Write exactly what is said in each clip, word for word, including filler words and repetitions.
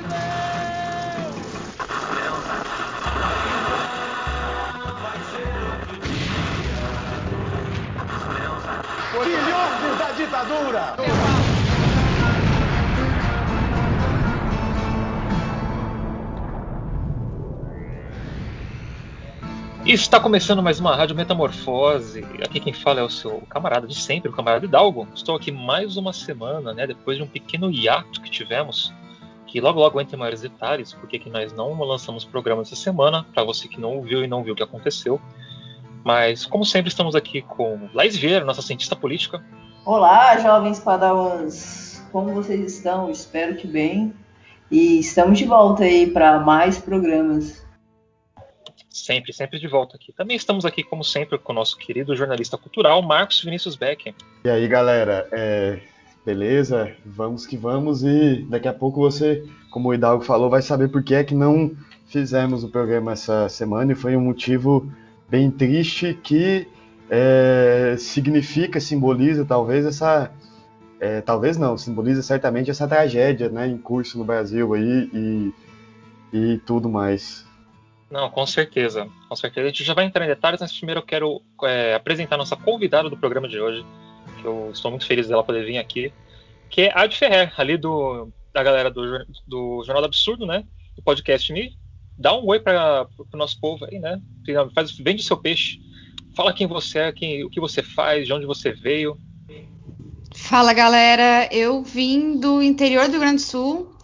Filhotes da ditadura! Está começando mais uma Rádio Metamorfose. Aqui quem fala é o seu camarada de sempre, o camarada Hidalgo. Estou aqui mais uma semana, né, depois de um pequeno hiato que tivemos, que logo logo entra em maiores detalhes, porque que nós não lançamos programa essa semana, para você que não ouviu e não viu o que aconteceu. Mas, como sempre, estamos aqui com Laís Vieira, nossa cientista política. Olá, jovens padawans! Como vocês estão? Espero que bem. E estamos de volta aí para mais programas. Sempre, sempre de volta aqui. Também estamos aqui, como sempre, com o nosso querido jornalista cultural, Marcos Vinícius Becker. E aí, galera, é... beleza? Vamos que vamos, e daqui a pouco você, como o Hidalgo falou, vai saber por que é que não fizemos o programa essa semana, e foi um motivo bem triste que é, significa, simboliza talvez essa... É, talvez não, simboliza certamente essa tragédia, né, em curso no Brasil aí e, e tudo mais. Não, com certeza, com certeza. A gente já vai entrar em detalhes, mas primeiro eu quero é, apresentar a nossa convidada do programa de hoje, que eu estou muito feliz dela poder vir aqui, que é a Adi Ferrer, ali do, da galera do, do Jornal do Absurdo, né, do podcast Me. Dá um oi para o nosso povo aí, né, faz, vende seu peixe, fala quem você é, quem, o que você faz, de onde você veio. Fala, galera, eu vim do interior do Rio Grande do Sul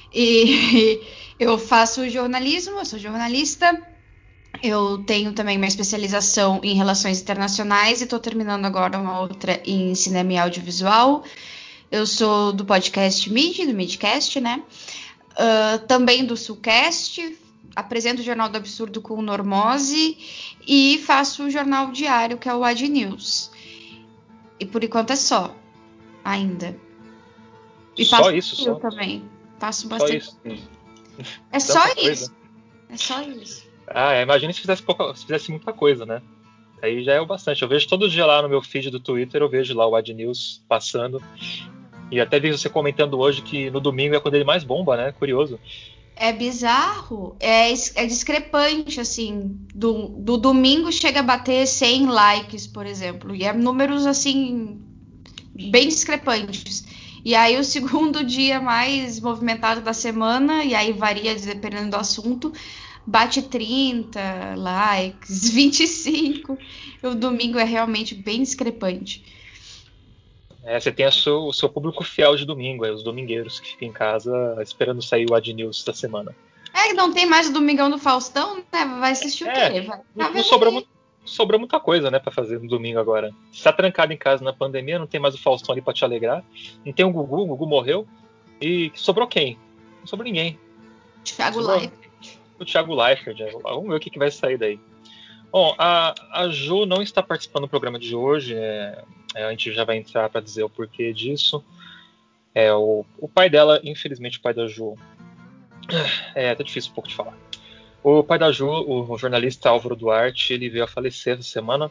e eu faço jornalismo, eu sou jornalista. Eu tenho também uma especialização em relações internacionais e estou terminando agora uma outra em cinema e audiovisual. Eu sou do podcast Mid, do Midcast, né? Uh, também do Sulcast, apresento o Jornal do Absurdo com o Normose e faço o jornal diário, que é o Ad News. E por enquanto é só, ainda. E Só faço isso, eu só? também. Faço Só bastante. isso? É só Tanta isso. coisa. É só isso. Ah, imagina se fizesse, pouca, se fizesse muita coisa, né? Aí já é o bastante. Eu vejo todo dia lá no meu feed do Twitter, eu vejo lá o Ad News passando. E até vi você comentando hoje que no domingo é quando ele mais bomba, né? Curioso. É bizarro, é, é discrepante, assim, do, do domingo chega a bater cem likes, por exemplo, e é números, assim, bem discrepantes. E aí o segundo dia mais movimentado da semana, e aí varia dependendo do assunto, bate trinta likes, vinte e cinco, e o domingo é realmente bem discrepante. É, você tem a seu, o seu público fiel de domingo, é, os domingueiros que ficam em casa esperando sair o Ad News da semana. É que não tem mais o Domingão do Faustão, né? Vai assistir o É, quê? Vai não, ficar não vendo sobrou, aí. mu- sobrou muita coisa, né, pra fazer no domingo agora. Você tá trancado em casa na pandemia, não tem mais o Faustão ali pra te alegrar. Não tem o Gugu, o Gugu morreu. E sobrou quem? Não sobrou ninguém. Thiago Sobrou Leifert. o Thiago Leifert. né? Vamos ver o que, que vai sair daí. Bom, a, a Ju não está participando do programa de hoje. É, é, a gente já vai entrar para dizer o porquê disso. É, o, o pai dela, infelizmente, o pai da Ju. É até difícil um pouco de falar. O pai da Ju, o jornalista Álvaro Duarte, ele veio a falecer essa semana.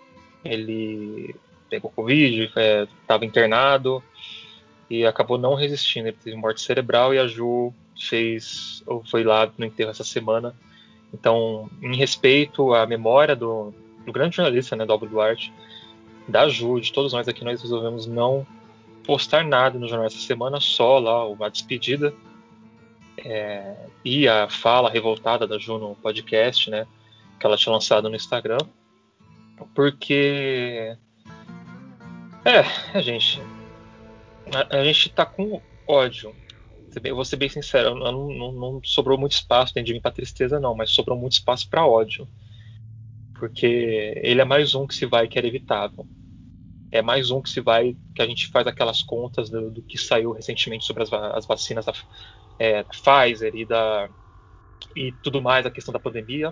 Ele pegou Covid, estava internado e acabou não resistindo. Ele teve morte cerebral e a Ju fez, ou foi lá no enterro essa semana. Então, em respeito à memória do, do grande jornalista, né, do Álvaro Duarte, da Ju, de todos nós aqui, nós resolvemos não postar nada no jornal essa semana, só lá uma despedida é, e a fala revoltada da Ju no podcast, né, que ela tinha lançado no Instagram, porque é, a gente a, a gente tá com ódio. Eu vou ser bem sincero, não, não, não sobrou muito espaço dentro de mim para tristeza não, mas sobrou muito espaço para ódio, porque ele é mais um que se vai que era evitável. É mais um que se vai, que a gente faz aquelas contas do, do que saiu recentemente sobre as, as vacinas da, é, da Pfizer e, da, e tudo mais, a questão da pandemia.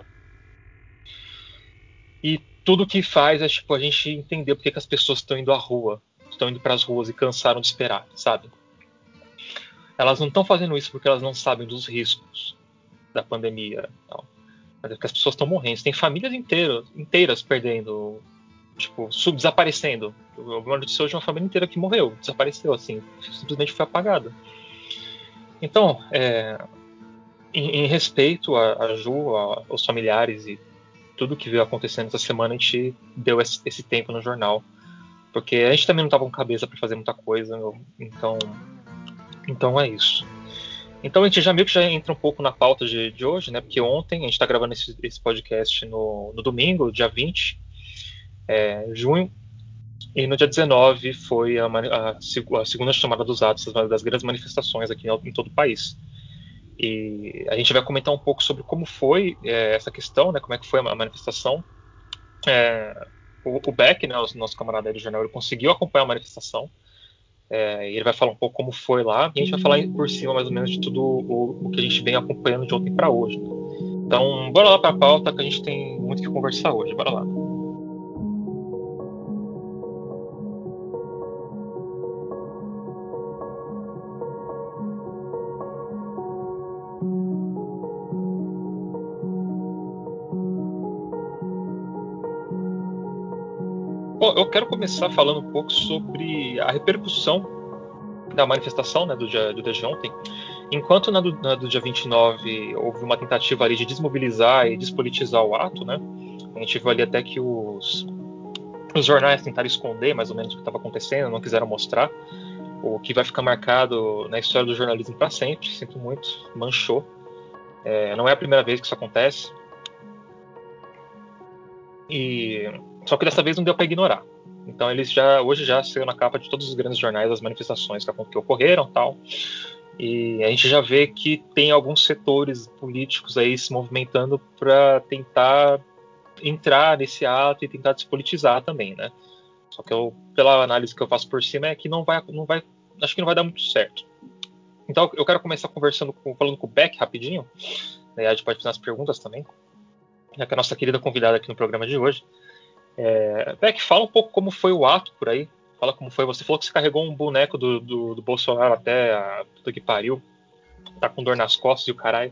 E tudo que faz é tipo, a gente entender porque que as pessoas estão indo à rua, estão indo para as ruas e cansaram de esperar, sabe? Elas não estão fazendo isso porque elas não sabem dos riscos da pandemia, não. Mas é porque as pessoas estão morrendo. Tem famílias inteiras, inteiras perdendo, tipo, sub desaparecendo. Eu notícia hoje de uma família inteira que morreu, desapareceu, assim, simplesmente foi apagada. Então, é, em, em respeito a, a Ju, a, aos familiares e tudo que veio acontecendo essa semana, a gente deu esse, esse tempo no jornal. Porque a gente também não estava com cabeça para fazer muita coisa, então, então é isso. Então a gente já meio que já entra um pouco na pauta de, de hoje, né? Porque ontem, a gente está gravando esse, esse podcast no, no domingo, dia vinte é, de junho, e no dia dezenove foi a, a, a segunda chamada dos atos das grandes manifestações aqui em todo o país. E a gente vai comentar um pouco sobre como foi é, essa questão, né? Como é que foi a manifestação. É, o, o Beck, né, o nosso camarada aí do jornal, ele conseguiu acompanhar a manifestação. É, e ele vai falar um pouco como foi lá, e a gente vai falar por cima mais ou menos de tudo o, o que a gente vem acompanhando de ontem para hoje. Então, bora lá para a pauta, que a gente tem muito o que conversar hoje. Bora lá. Bom, eu quero começar falando um pouco sobre a repercussão da manifestação, né, do dia, do dia de ontem. Enquanto na do, na do dia vinte e nove houve uma tentativa ali de desmobilizar e despolitizar o ato, né, a gente viu ali até que os, os jornais tentaram esconder mais ou menos o que estava acontecendo, não quiseram mostrar, o que vai ficar marcado na história do jornalismo para sempre, sinto muito, manchou. É, não é a primeira vez que isso acontece. E só que dessa vez não deu para ignorar. Então eles já hoje já saiu na capa de todos os grandes jornais as manifestações que, que ocorreram, tal. E a gente já vê que tem alguns setores políticos aí se movimentando para tentar entrar nesse ato e tentar despolitizar também, né? Só que eu, pela análise que eu faço por cima é que não vai, não vai, acho que não vai dar muito certo. Então eu quero começar conversando com, falando com o Beck rapidinho. Né? A gente pode fazer umas perguntas também, já que é a nossa querida convidada aqui no programa de hoje. É, Beck, fala um pouco como foi o ato por aí. Fala como foi. Você falou que você carregou um boneco do, do, do Bolsonaro até a puta que pariu. Tá com dor nas costas e o caralho.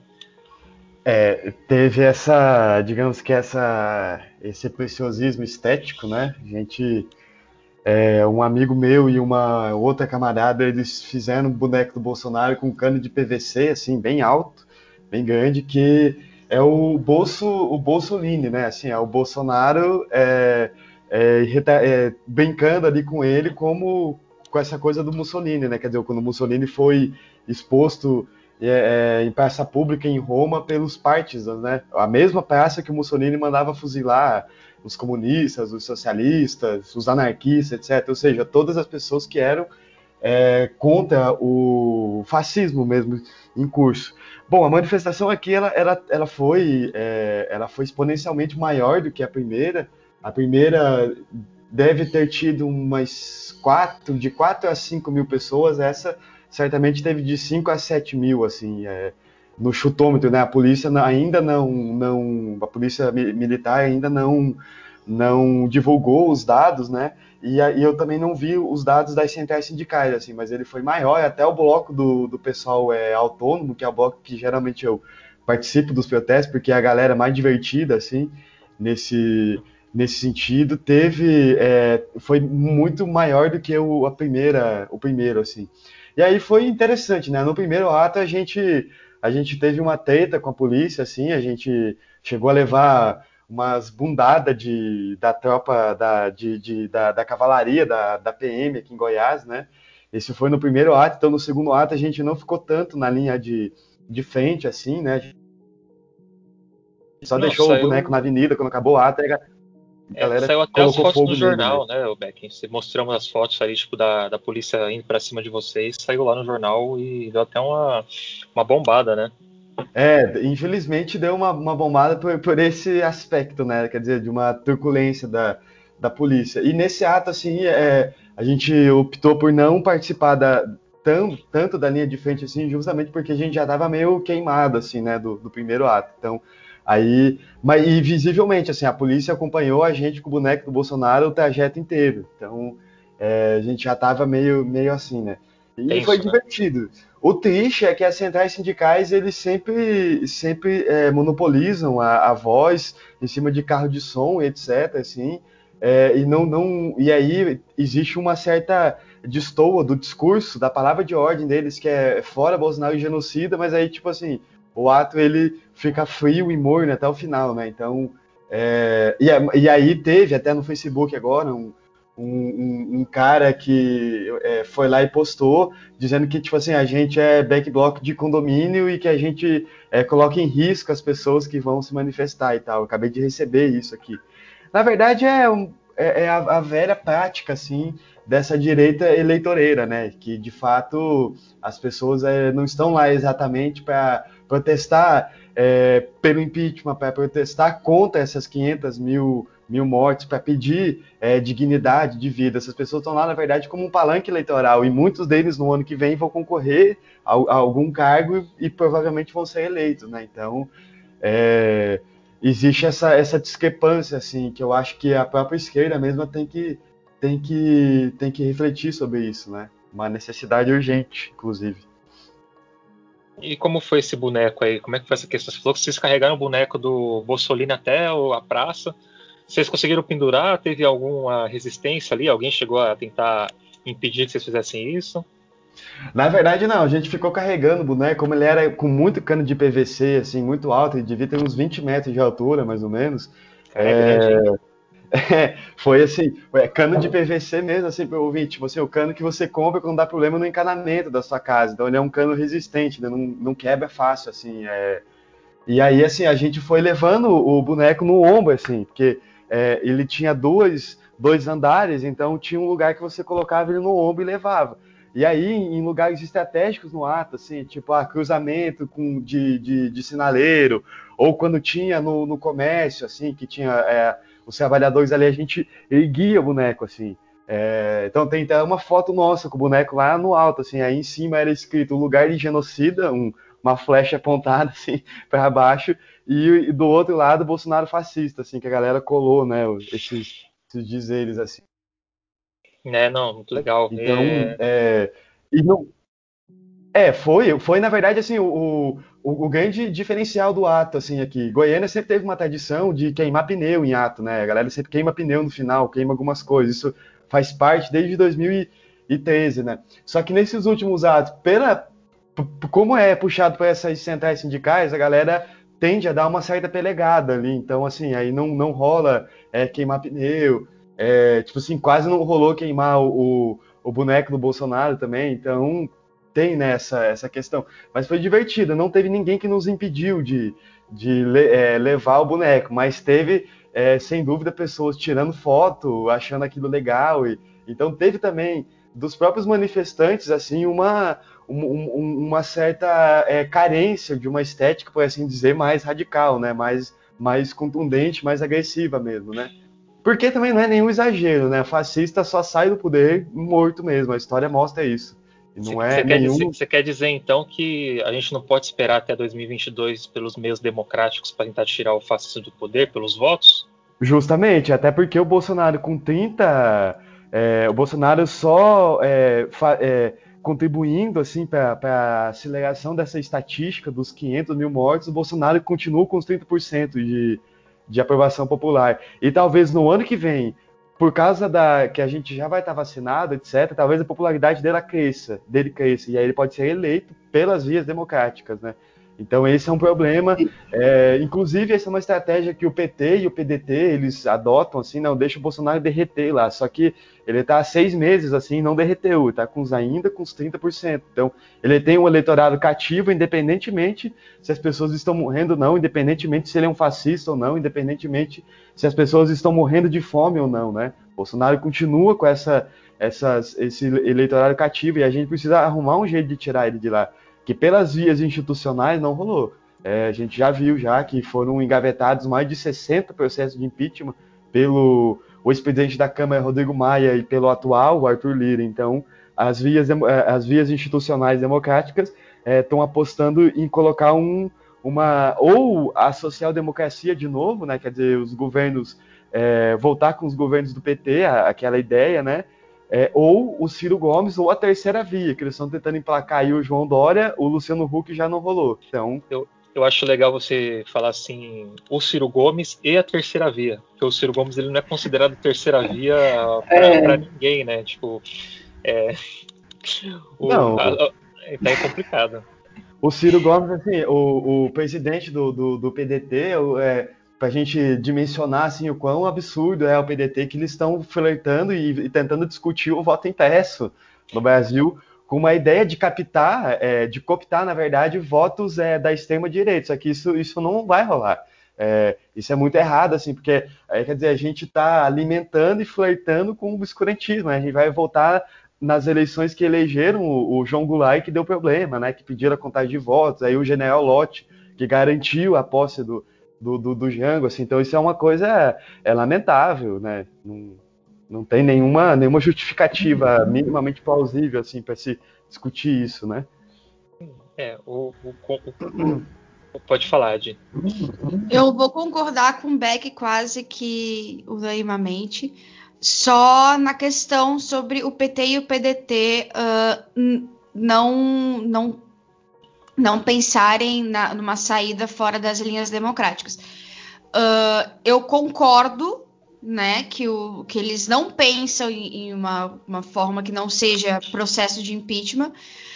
É, teve essa, digamos que essa, esse preciosismo estético, né? A gente, é, um amigo meu e uma outra camarada, eles fizeram um boneco do Bolsonaro com um cano de P V C, assim, bem alto, bem grande, que é o bolso, o Bolsolini, né? Assim, é o Bolsonaro é, é, é, brincando ali com ele como com essa coisa do Mussolini, né? Quer dizer, quando o Mussolini foi exposto é, é, em praça pública em Roma pelos partisans, né? A mesma praça que o Mussolini mandava fuzilar os comunistas, os socialistas, os anarquistas, etcétera. Ou seja, todas as pessoas que eram é, contra o fascismo mesmo em curso. Bom, a manifestação aqui ela, ela, ela, foi, é, ela foi exponencialmente maior do que a primeira. A primeira deve ter tido umas quatro, de quatro a cinco mil pessoas. Essa certamente teve de cinco a sete mil, assim, é, no chutômetro, né? A polícia ainda não, não a polícia militar ainda não, não divulgou os dados, né? E, e eu também não vi os dados das centrais sindicais, assim, mas ele foi maior, até o bloco do, do pessoal é, autônomo, que é o bloco que geralmente eu participo dos protestos, porque é a galera mais divertida, assim, nesse, nesse sentido, teve, é, foi muito maior do que o, a primeira, o primeiro, assim. E aí foi interessante, né? No primeiro ato a gente, a gente teve uma treta com a polícia, assim, a gente chegou a levar umas bundadas de, da tropa da, de, de, da, da cavalaria, da, da P M aqui em Goiás, né? Esse foi no primeiro ato, então no segundo ato a gente não ficou tanto na linha de, de frente, assim, né? A gente só não, deixou saiu... o boneco na avenida quando acabou o ato, aí a É, galera saiu até colocou as fotos fogo no jornal, nele, né, o Beck? Você mostramos as fotos aí, tipo, da, da polícia indo pra cima de vocês, saiu lá no jornal e deu até uma, uma bombada, né? É, infelizmente deu uma, uma bombada por, por esse aspecto, né? Quer dizer, de uma truculência da, da polícia. E nesse ato, assim, é, a gente optou por não participar da, tão, tanto da linha de frente, assim, justamente porque a gente já estava meio queimado, assim, né, do, do primeiro ato. Então, aí, mas e visivelmente, assim, a polícia acompanhou a gente com o boneco do Bolsonaro o trajeto inteiro. Então, é, a gente já estava meio, meio assim, né? E Tenso, foi né? divertido. O triste é que as centrais sindicais eles sempre, sempre é, monopolizam a, a voz em cima de carro de som, etcétera. Assim, é, e não, não, e aí existe uma certa destoa do discurso, da palavra de ordem deles, que é fora Bolsonaro e genocida, mas aí, tipo assim, o ato ele fica frio e morno até o final, né? Então, é, e, e aí teve até no Facebook agora um, um, um cara que é, foi lá e postou dizendo que, tipo assim, a gente é backblock de condomínio e que a gente é, coloca em risco as pessoas que vão se manifestar e tal. Eu acabei de receber isso aqui. Na verdade, é, um, é, é a, a velha prática, assim, dessa direita eleitoreira, né? Que, de fato, as pessoas é, não estão lá exatamente para protestar é, pelo impeachment, para protestar contra essas quinhentas mil, mil mortes, para pedir é, dignidade de vida. Essas pessoas estão lá, na verdade, como um palanque eleitoral, e muitos deles, no ano que vem, vão concorrer a, a algum cargo e, e provavelmente vão ser eleitos, né? Então, é, existe essa, essa discrepância, assim, que eu acho que a própria esquerda mesma tem que, tem que, tem que refletir sobre isso, né? Uma necessidade urgente, inclusive. E como foi esse boneco aí? Como é que foi essa questão? Você falou que vocês carregaram o boneco do Bolsonaro até a praça. Vocês conseguiram pendurar? Teve alguma resistência ali? Alguém chegou a tentar impedir que vocês fizessem isso? Na verdade, não. A gente ficou carregando o boneco, como ele era com muito cano de P V C, assim, muito alto, ele devia ter uns vinte metros de altura, mais ou menos. É grande, hein? É, foi assim, é, cano de P V C mesmo, assim, para ouvir, tipo assim, o cano que você compra quando dá problema no encanamento da sua casa. Então ele é um cano resistente, né, não, não quebra fácil, assim. É. E aí, assim, a gente foi levando o boneco no ombro, assim, porque é, ele tinha dois, dois andares, então tinha um lugar que você colocava ele no ombro e levava. E aí, em lugares estratégicos no ato, assim, tipo, ah, cruzamento com, de, de, de sinaleiro, ou quando tinha no, no comércio, assim, que tinha é, os trabalhadores ali, a gente erguia o boneco, assim. É, então tem até uma foto nossa com o boneco lá no alto, assim, aí em cima era escrito lugar de genocida, um, uma flecha apontada, assim, para baixo, e, e do outro lado, Bolsonaro fascista, assim, que a galera colou, né, esses, esses dizeres, assim. Né, não, muito legal. Então, É... é, e não, é, foi, foi na verdade assim o, o, o grande diferencial do ato assim aqui. Goiânia sempre teve uma tradição de queimar pneu em ato, né? A galera sempre queima pneu no final, queima algumas coisas. Isso faz parte desde dois mil e treze, né? Só que nesses últimos atos, pela como é puxado por essas centrais sindicais, a galera tende a dar uma certa pelegada ali. Então assim, aí não não rola é, queimar pneu. É, tipo assim, quase não rolou queimar o, o, o boneco do Bolsonaro também. Então tem nessa né, essa questão. Mas foi divertido, não teve ninguém que nos impediu de, de é, levar o boneco, mas teve, é, sem dúvida, pessoas tirando foto, achando aquilo legal. E, então teve também, dos próprios manifestantes, assim, uma, um, uma certa é, carência de uma estética, por assim dizer, mais radical, né? mais, mais contundente, mais agressiva mesmo, né? Porque também não é nenhum exagero, né? Fascista só sai do poder morto mesmo, a história mostra isso. E não é Você quer dizer, nenhum. você quer dizer então que a gente não pode esperar até dois mil e vinte e dois pelos meios democráticos para tentar tirar o fascismo do poder pelos votos? Justamente, até porque o Bolsonaro com trinta. É, o Bolsonaro só é, fa, é, contribuindo assim para a aceleração dessa estatística dos quinhentos mil mortos, o Bolsonaro continua com os trinta por cento de, de aprovação popular. E talvez no ano que vem, por causa da que a gente já vai estar vacinado, etcétera, talvez a popularidade dele cresça, dele cresça, e aí ele pode ser eleito pelas vias democráticas, né? Então esse é um problema. É, inclusive essa é uma estratégia que o P T e o P D T eles adotam, assim, não deixa o Bolsonaro derreter lá. Só que ele está há seis meses assim, não derreteu, está com os, ainda com os trinta por cento. Então ele tem um eleitorado cativo, independentemente se as pessoas estão morrendo ou não, independentemente se ele é um fascista ou não, independentemente se as pessoas estão morrendo de fome ou não, né? Bolsonaro continua com essa, essas, esse eleitorado cativo e a gente precisa arrumar um jeito de tirar ele de lá. Que pelas vias institucionais não rolou. É, a gente já viu já que foram engavetados mais de sessenta processos de impeachment pelo o ex-presidente da Câmara, Rodrigo Maia, e pelo atual, o Arthur Lira. Então, as vias, as vias institucionais democráticas estão é, apostando em colocar um, uma... ou a social-democracia de novo, né, quer dizer, os governos... É, voltar com os governos do P T, a, aquela ideia, né? É, ou o Ciro Gomes, ou a terceira via, que eles estão tentando emplacar aí o João Dória, o Luciano Huck já não rolou. Então... Eu, eu acho legal você falar assim, o Ciro Gomes e a terceira via, porque o Ciro Gomes ele não é considerado terceira via para É, ninguém, né? Tipo, É, o, Não, a, a, tá aí complicado. o Ciro Gomes, assim, o, o presidente do, do, do P D T, o- é, pra gente dimensionar assim, o quão absurdo é o P D T, que eles estão flertando e, e tentando discutir o voto impresso no Brasil, com uma ideia de captar, é, de cooptar, na verdade, votos é, da extrema-direita. Só que isso, isso não vai rolar. É, isso é muito errado, assim, porque aí, quer dizer, a gente está alimentando e flertando com o obscurantismo, né? A gente vai voltar nas eleições que elegeram o, o João Goulart, que deu problema, né? Que pediram a contagem de votos, aí o General Lott, que garantiu a posse do, do, do, do Jango, assim, então isso é uma coisa é, é lamentável, né? Não, não tem nenhuma, nenhuma justificativa minimamente plausível, assim, para se discutir isso, né? É, o, o, o, o pode falar, Di. Eu vou concordar com o Beck quase que unanimamente, só na questão sobre o P T e o P D T uh, não, não, não pensarem na, numa saída fora das linhas democráticas. Uh, eu concordo, né, que, o, que eles não pensam em, em uma, uma forma que não seja processo de impeachment,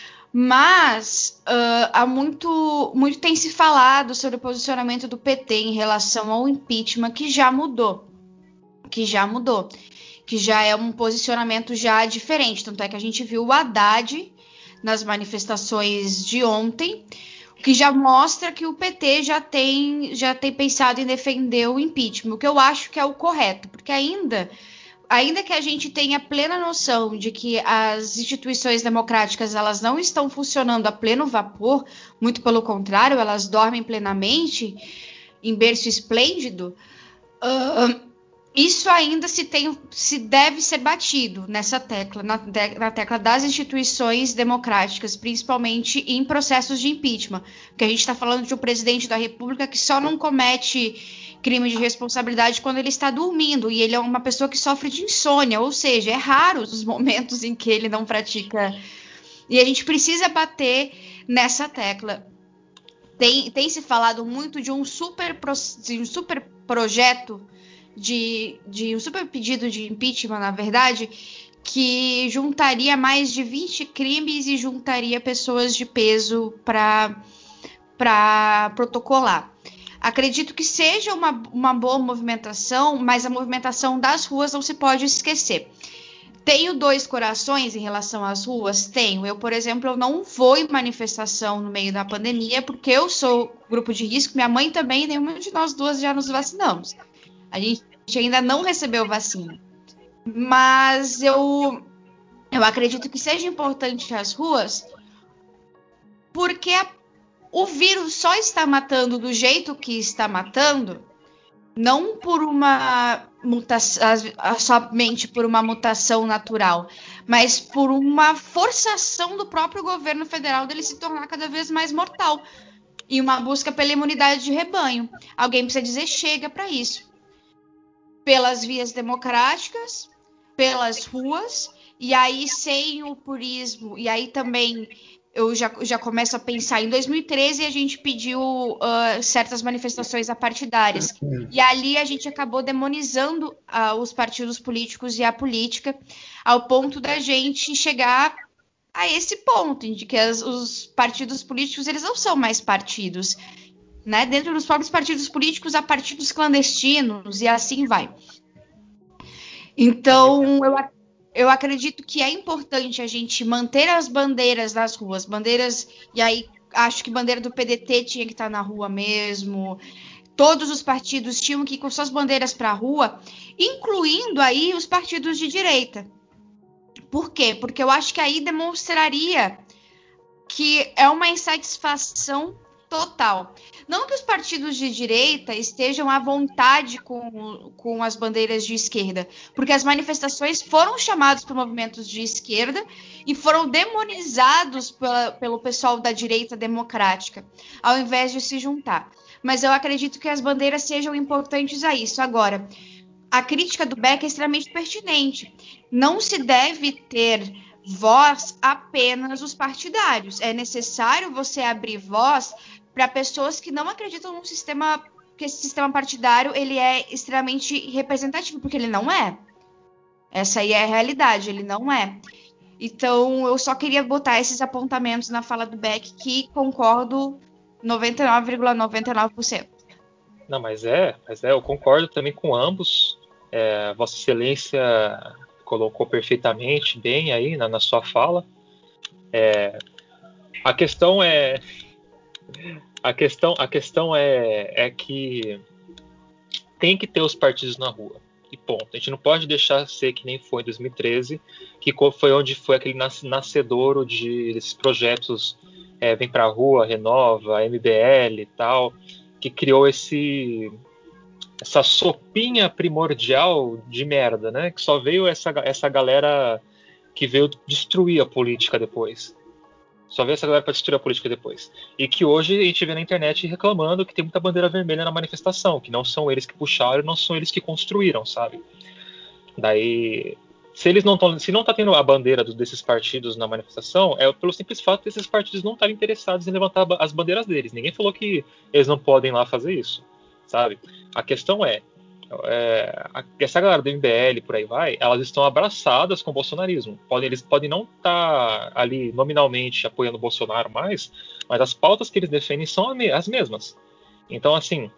mas uh, há muito, muito tem se falado sobre o posicionamento do P T em relação ao impeachment, que já mudou, que já mudou, que já é um posicionamento já diferente. Tanto é que a gente viu o Haddad nas manifestações de ontem, que já mostra que o P T já tem, já tem pensado em defender o impeachment, o que eu acho que é o correto, porque ainda ainda que a gente tenha plena noção de que as instituições democráticas elas não estão funcionando a pleno vapor, muito pelo contrário, elas dormem plenamente em berço esplêndido, uh, isso ainda se, tem, se deve ser batido nessa tecla, na, na tecla das instituições democráticas, principalmente em processos de impeachment, porque a gente está falando de um presidente da República que só não comete crime de responsabilidade quando ele está dormindo, e ele é uma pessoa que sofre de insônia, ou seja, é raro os momentos em que ele não pratica, e a gente precisa bater nessa tecla. Tem, tem se falado muito de um super, de um super projeto, de, de um super pedido de impeachment, na verdade, que juntaria mais de vinte crimes e juntaria pessoas de peso para protocolar. Acredito que seja uma, uma boa movimentação, mas a movimentação das ruas não se pode esquecer. Tenho dois corações em relação às ruas? Tenho. Eu, por exemplo, eu não vou em manifestação no meio da pandemia, porque eu sou grupo de risco, minha mãe também, e nenhuma de nós duas já nos vacinamos. A gente ainda não recebeu vacina. Mas eu, eu acredito que seja importante as ruas, porque a o vírus só está matando do jeito que está matando, não por uma mutação, somente por uma mutação natural, mas por uma forçação do próprio governo federal dele se tornar cada vez mais mortal. E uma busca pela imunidade de rebanho. Alguém precisa dizer chega para isso. Pelas vias democráticas, pelas ruas, e aí sem o purismo, e aí também eu já, já começo a pensar, em dois mil e treze a gente pediu uh, certas manifestações apartidárias, e ali a gente acabou demonizando uh, os partidos políticos e a política, ao ponto da gente chegar a esse ponto, de que as, os partidos políticos eles não são mais partidos, né? Dentro dos próprios partidos políticos há partidos clandestinos, e assim vai. Então, eu, eu acredito que é importante a gente manter as bandeiras nas ruas, bandeiras, e aí acho que bandeira do P D T tinha que estar na rua mesmo, todos os partidos tinham que ir com suas bandeiras para a rua, incluindo aí os partidos de direita. Por quê? Porque eu acho que aí demonstraria que é uma insatisfação total. Não que os partidos de direita estejam à vontade com, com as bandeiras de esquerda, porque as manifestações foram chamadas por movimentos de esquerda e foram demonizados pela, pelo pessoal da direita democrática, ao invés de se juntar. Mas eu acredito que as bandeiras sejam importantes a isso. Agora, a crítica do Beck é extremamente pertinente. Não se deve ter voz apenas os partidários. É necessário você abrir voz para pessoas que não acreditam num sistema, que esse sistema partidário ele é extremamente representativo, porque ele não é. Essa aí é a realidade, ele não é. Então, eu só queria botar esses apontamentos na fala do Beck, que concordo noventa e nove vírgula noventa e nove por cento. Não, mas é, mas é, eu concordo também com ambos. É, Vossa Excelência colocou perfeitamente bem aí na, na sua fala. É, a questão é, a questão, a questão é, é que tem que ter os partidos na rua. E ponto. A gente não pode deixar ser que nem foi em dois mil e treze, que foi onde foi aquele nascedouro de, desses projetos é, Vem Pra Rua, Renova, M B L e tal, que criou esse, essa sopinha primordial de merda, né? Que só veio essa, essa galera que veio destruir a política depois. Só veio essa galera para destruir a política depois. E que hoje a gente vê na internet reclamando que tem muita bandeira vermelha na manifestação, que não são eles que puxaram, não são eles que construíram, sabe? Daí, se eles não estão, se não tá tendo a bandeira do, desses partidos na manifestação, é pelo simples fato desses partidos não estarem interessados em levantar as bandeiras deles. Ninguém falou que eles não podem lá fazer isso, sabe? A questão é, é essa galera do M B L, por aí vai, elas estão abraçadas com o bolsonarismo. Podem, eles podem não estar tá ali nominalmente apoiando o Bolsonaro mais, mas as pautas que eles defendem são as mesmas. Então, assim,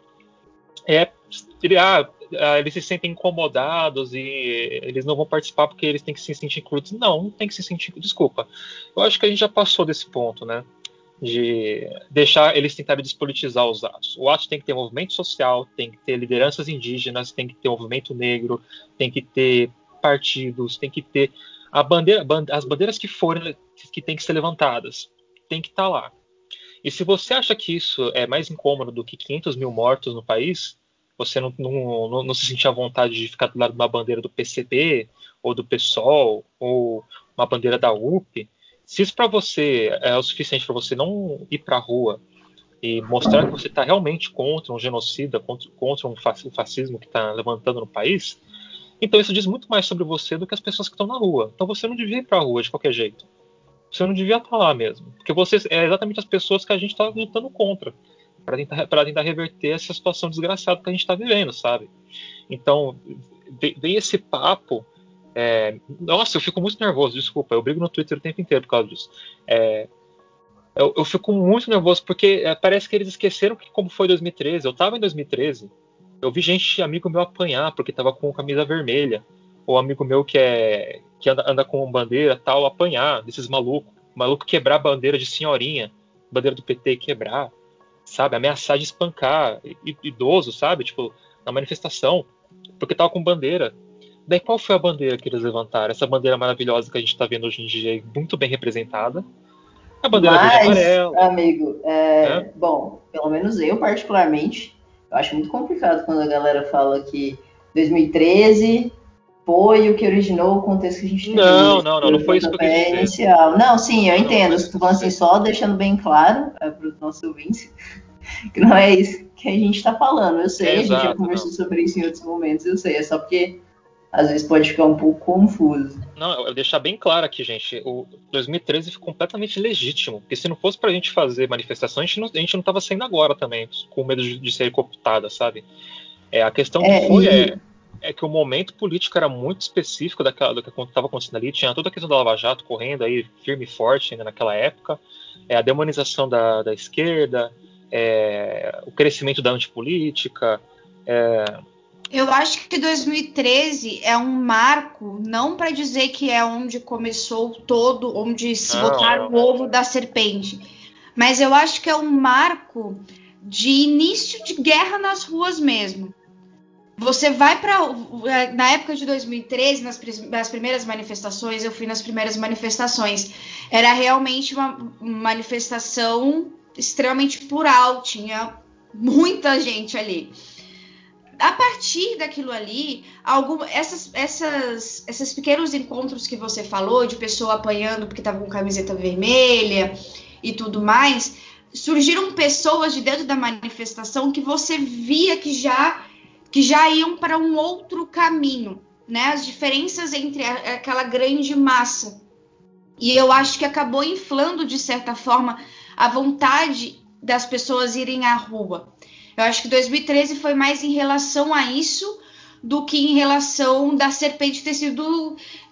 é, ah, eles se sentem incomodados e eles não vão participar porque eles têm que se sentir incluídos. Não, não tem que se sentir, desculpa. Eu acho que a gente já passou desse ponto, né? De deixar eles tentarem despolitizar os atos. O ato tem que ter movimento social, tem que ter lideranças indígenas, tem que ter movimento negro, tem que ter partidos, tem que ter a bandeira, as bandeiras que forem que tem que ser levantadas, tem que estar lá. E se você acha que isso é mais incômodo do que quinhentos mil mortos no país, você não, não, não, não se sentir à vontade de ficar do lado de uma bandeira do P C B, ou do PSOL, ou uma bandeira da U P, se isso para você é o suficiente para você não ir para a rua e mostrar que você está realmente contra um genocida, contra, contra um fascismo que está levantando no país, então isso diz muito mais sobre você do que as pessoas que estão na rua. Então você não devia ir para a rua de qualquer jeito. Você não devia estar lá mesmo. Porque você é exatamente as pessoas que a gente está lutando contra, para tentar, para tentar reverter essa situação desgraçada que a gente está vivendo, sabe? Então, vem esse papo. É, nossa, eu fico muito nervoso, desculpa, eu brigo no Twitter o tempo inteiro por causa disso. É, eu, eu fico muito nervoso porque é, parece que eles esqueceram que como foi dois mil e treze. Eu tava em dois mil e treze, eu vi gente, amigo meu, apanhar porque tava com camisa vermelha, ou amigo meu que, é, que anda, anda com bandeira tal, apanhar desses malucos, maluco quebrar a bandeira de senhorinha, bandeira do P T quebrar, sabe, ameaçar de espancar idoso, sabe, tipo, na manifestação, porque tava com bandeira. Daí qual foi a bandeira que eles levantaram? Essa bandeira maravilhosa que a gente está vendo hoje em dia, muito bem representada. A bandeira verde e Mas, amarela. amigo, é, Né? bom, pelo menos eu particularmente, eu acho muito complicado quando a galera fala que dois mil e treze foi o que originou o contexto que a gente tem Não, hoje. não, não, não Foi o foi isso que eu quis pontapé dizer. inicial. Não, sim, eu Não, não, não entendo. foi Eu isso que estou eu quis falando assim, dizer. só deixando bem claro é, para os nossos ouvintes que não é isso que a gente está falando. Eu É sei, a gente já exato, conversou não. sobre isso em outros momentos, eu sei. É só porque às vezes pode ficar um pouco confuso. Não, eu deixar bem claro aqui, gente. O dois mil e treze foi completamente legítimo. Porque se não fosse pra gente fazer manifestação, a gente não, a gente não tava saindo agora também, com medo de, de ser cooptada, sabe? É, a questão que É, foi e, é, é que o momento político era muito específico daquela, do que estava acontecendo ali. Tinha toda a questão da Lava Jato correndo aí firme e forte ainda naquela época. É, a demonização da, da esquerda, é, o crescimento da antipolítica. É... Eu acho que dois mil e treze é um marco, não para dizer que é onde começou todo, onde se Não, botaram não. o ovo da serpente, mas eu acho que é um marco de início de guerra nas ruas mesmo. Você vai para. Na época de dois mil e treze, nas, nas primeiras manifestações, eu fui nas primeiras manifestações. Era realmente uma manifestação extremamente plural, tinha muita gente ali. A partir daquilo ali, algum, essas, essas, esses pequenos encontros que você falou, de pessoa apanhando porque estava com camiseta vermelha e tudo mais, surgiram pessoas de dentro da manifestação que você via que já, que já iam para um outro caminho, né? As diferenças entre a, aquela grande massa. E eu acho que acabou inflando, de certa forma, a vontade das pessoas irem à rua. Eu acho que dois mil e treze foi mais em relação a isso do que em relação da serpente ter sido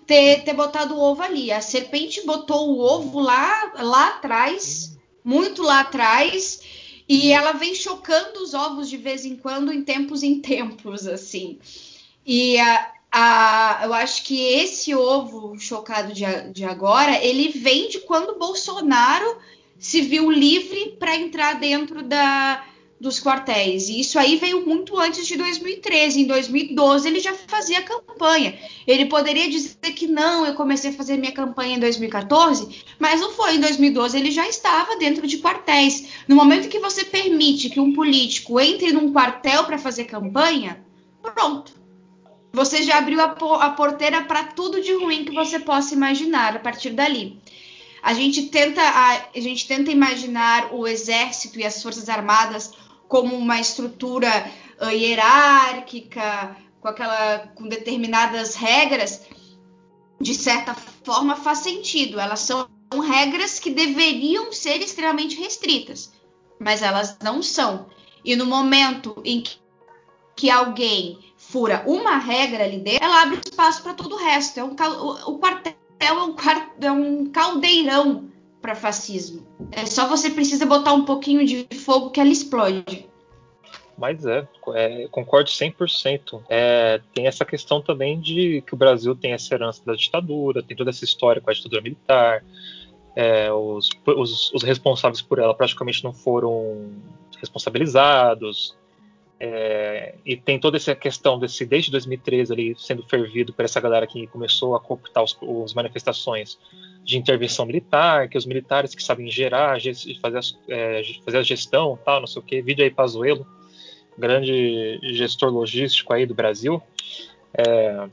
ter, ter botado o ovo ali. A serpente botou o ovo lá, lá atrás, muito lá atrás, e ela vem chocando os ovos de vez em quando, em tempos em tempos, assim. E a, a, eu acho que esse ovo chocado de, de agora, ele vem de quando Bolsonaro se viu livre para entrar dentro da, dos quartéis. E isso aí veio muito antes de dois mil e treze. Em dois mil e doze ele já fazia campanha. Ele poderia dizer que não, eu comecei a fazer minha campanha em dois mil e quatorze, mas não foi. Em dois mil e doze ele já estava dentro de quartéis. No momento que você permite que um político entre num quartel para fazer campanha, pronto. Você já abriu a, a porteira para tudo de ruim que você possa imaginar a partir dali. A gente tenta, a, a gente tenta imaginar o exército e as forças armadas como uma estrutura uh, hierárquica, com, aquela, com determinadas regras. De certa forma faz sentido. Elas são regras que deveriam ser extremamente restritas, mas elas não são. E no momento em que, que alguém fura uma regra ali dentro, ela abre espaço para todo o resto. É um, o, o quartel é um, é um caldeirão para fascismo. É só você precisa botar um pouquinho de fogo que ela explode. Mas é, é concordo cem por cento. É, tem essa questão também de que o Brasil tem essa herança da ditadura, tem toda essa história com a ditadura militar. É, os, os, os responsáveis por ela praticamente não foram responsabilizados. É, e tem toda essa questão desse, desde dois mil e treze ali, sendo fervido por essa galera que começou a cooptar os, os manifestações de intervenção militar, que os militares que sabem gerar, fazer, as, é, fazer a gestão, tal, não sei o que, vídeo aí Pazuello, grande gestor logístico aí do Brasil, é,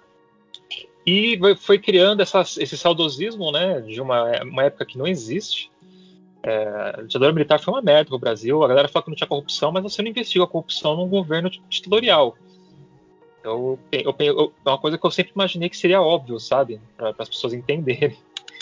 e foi criando essa, esse saudosismo, né, de uma, uma época que não existe. É, a ditadura militar foi uma merda pro Brasil. A galera fala que não tinha corrupção, mas você não investiga a corrupção num governo ditatorial. Eu, eu, eu, é uma coisa que eu sempre imaginei que seria óbvio, sabe? Para as pessoas entenderem.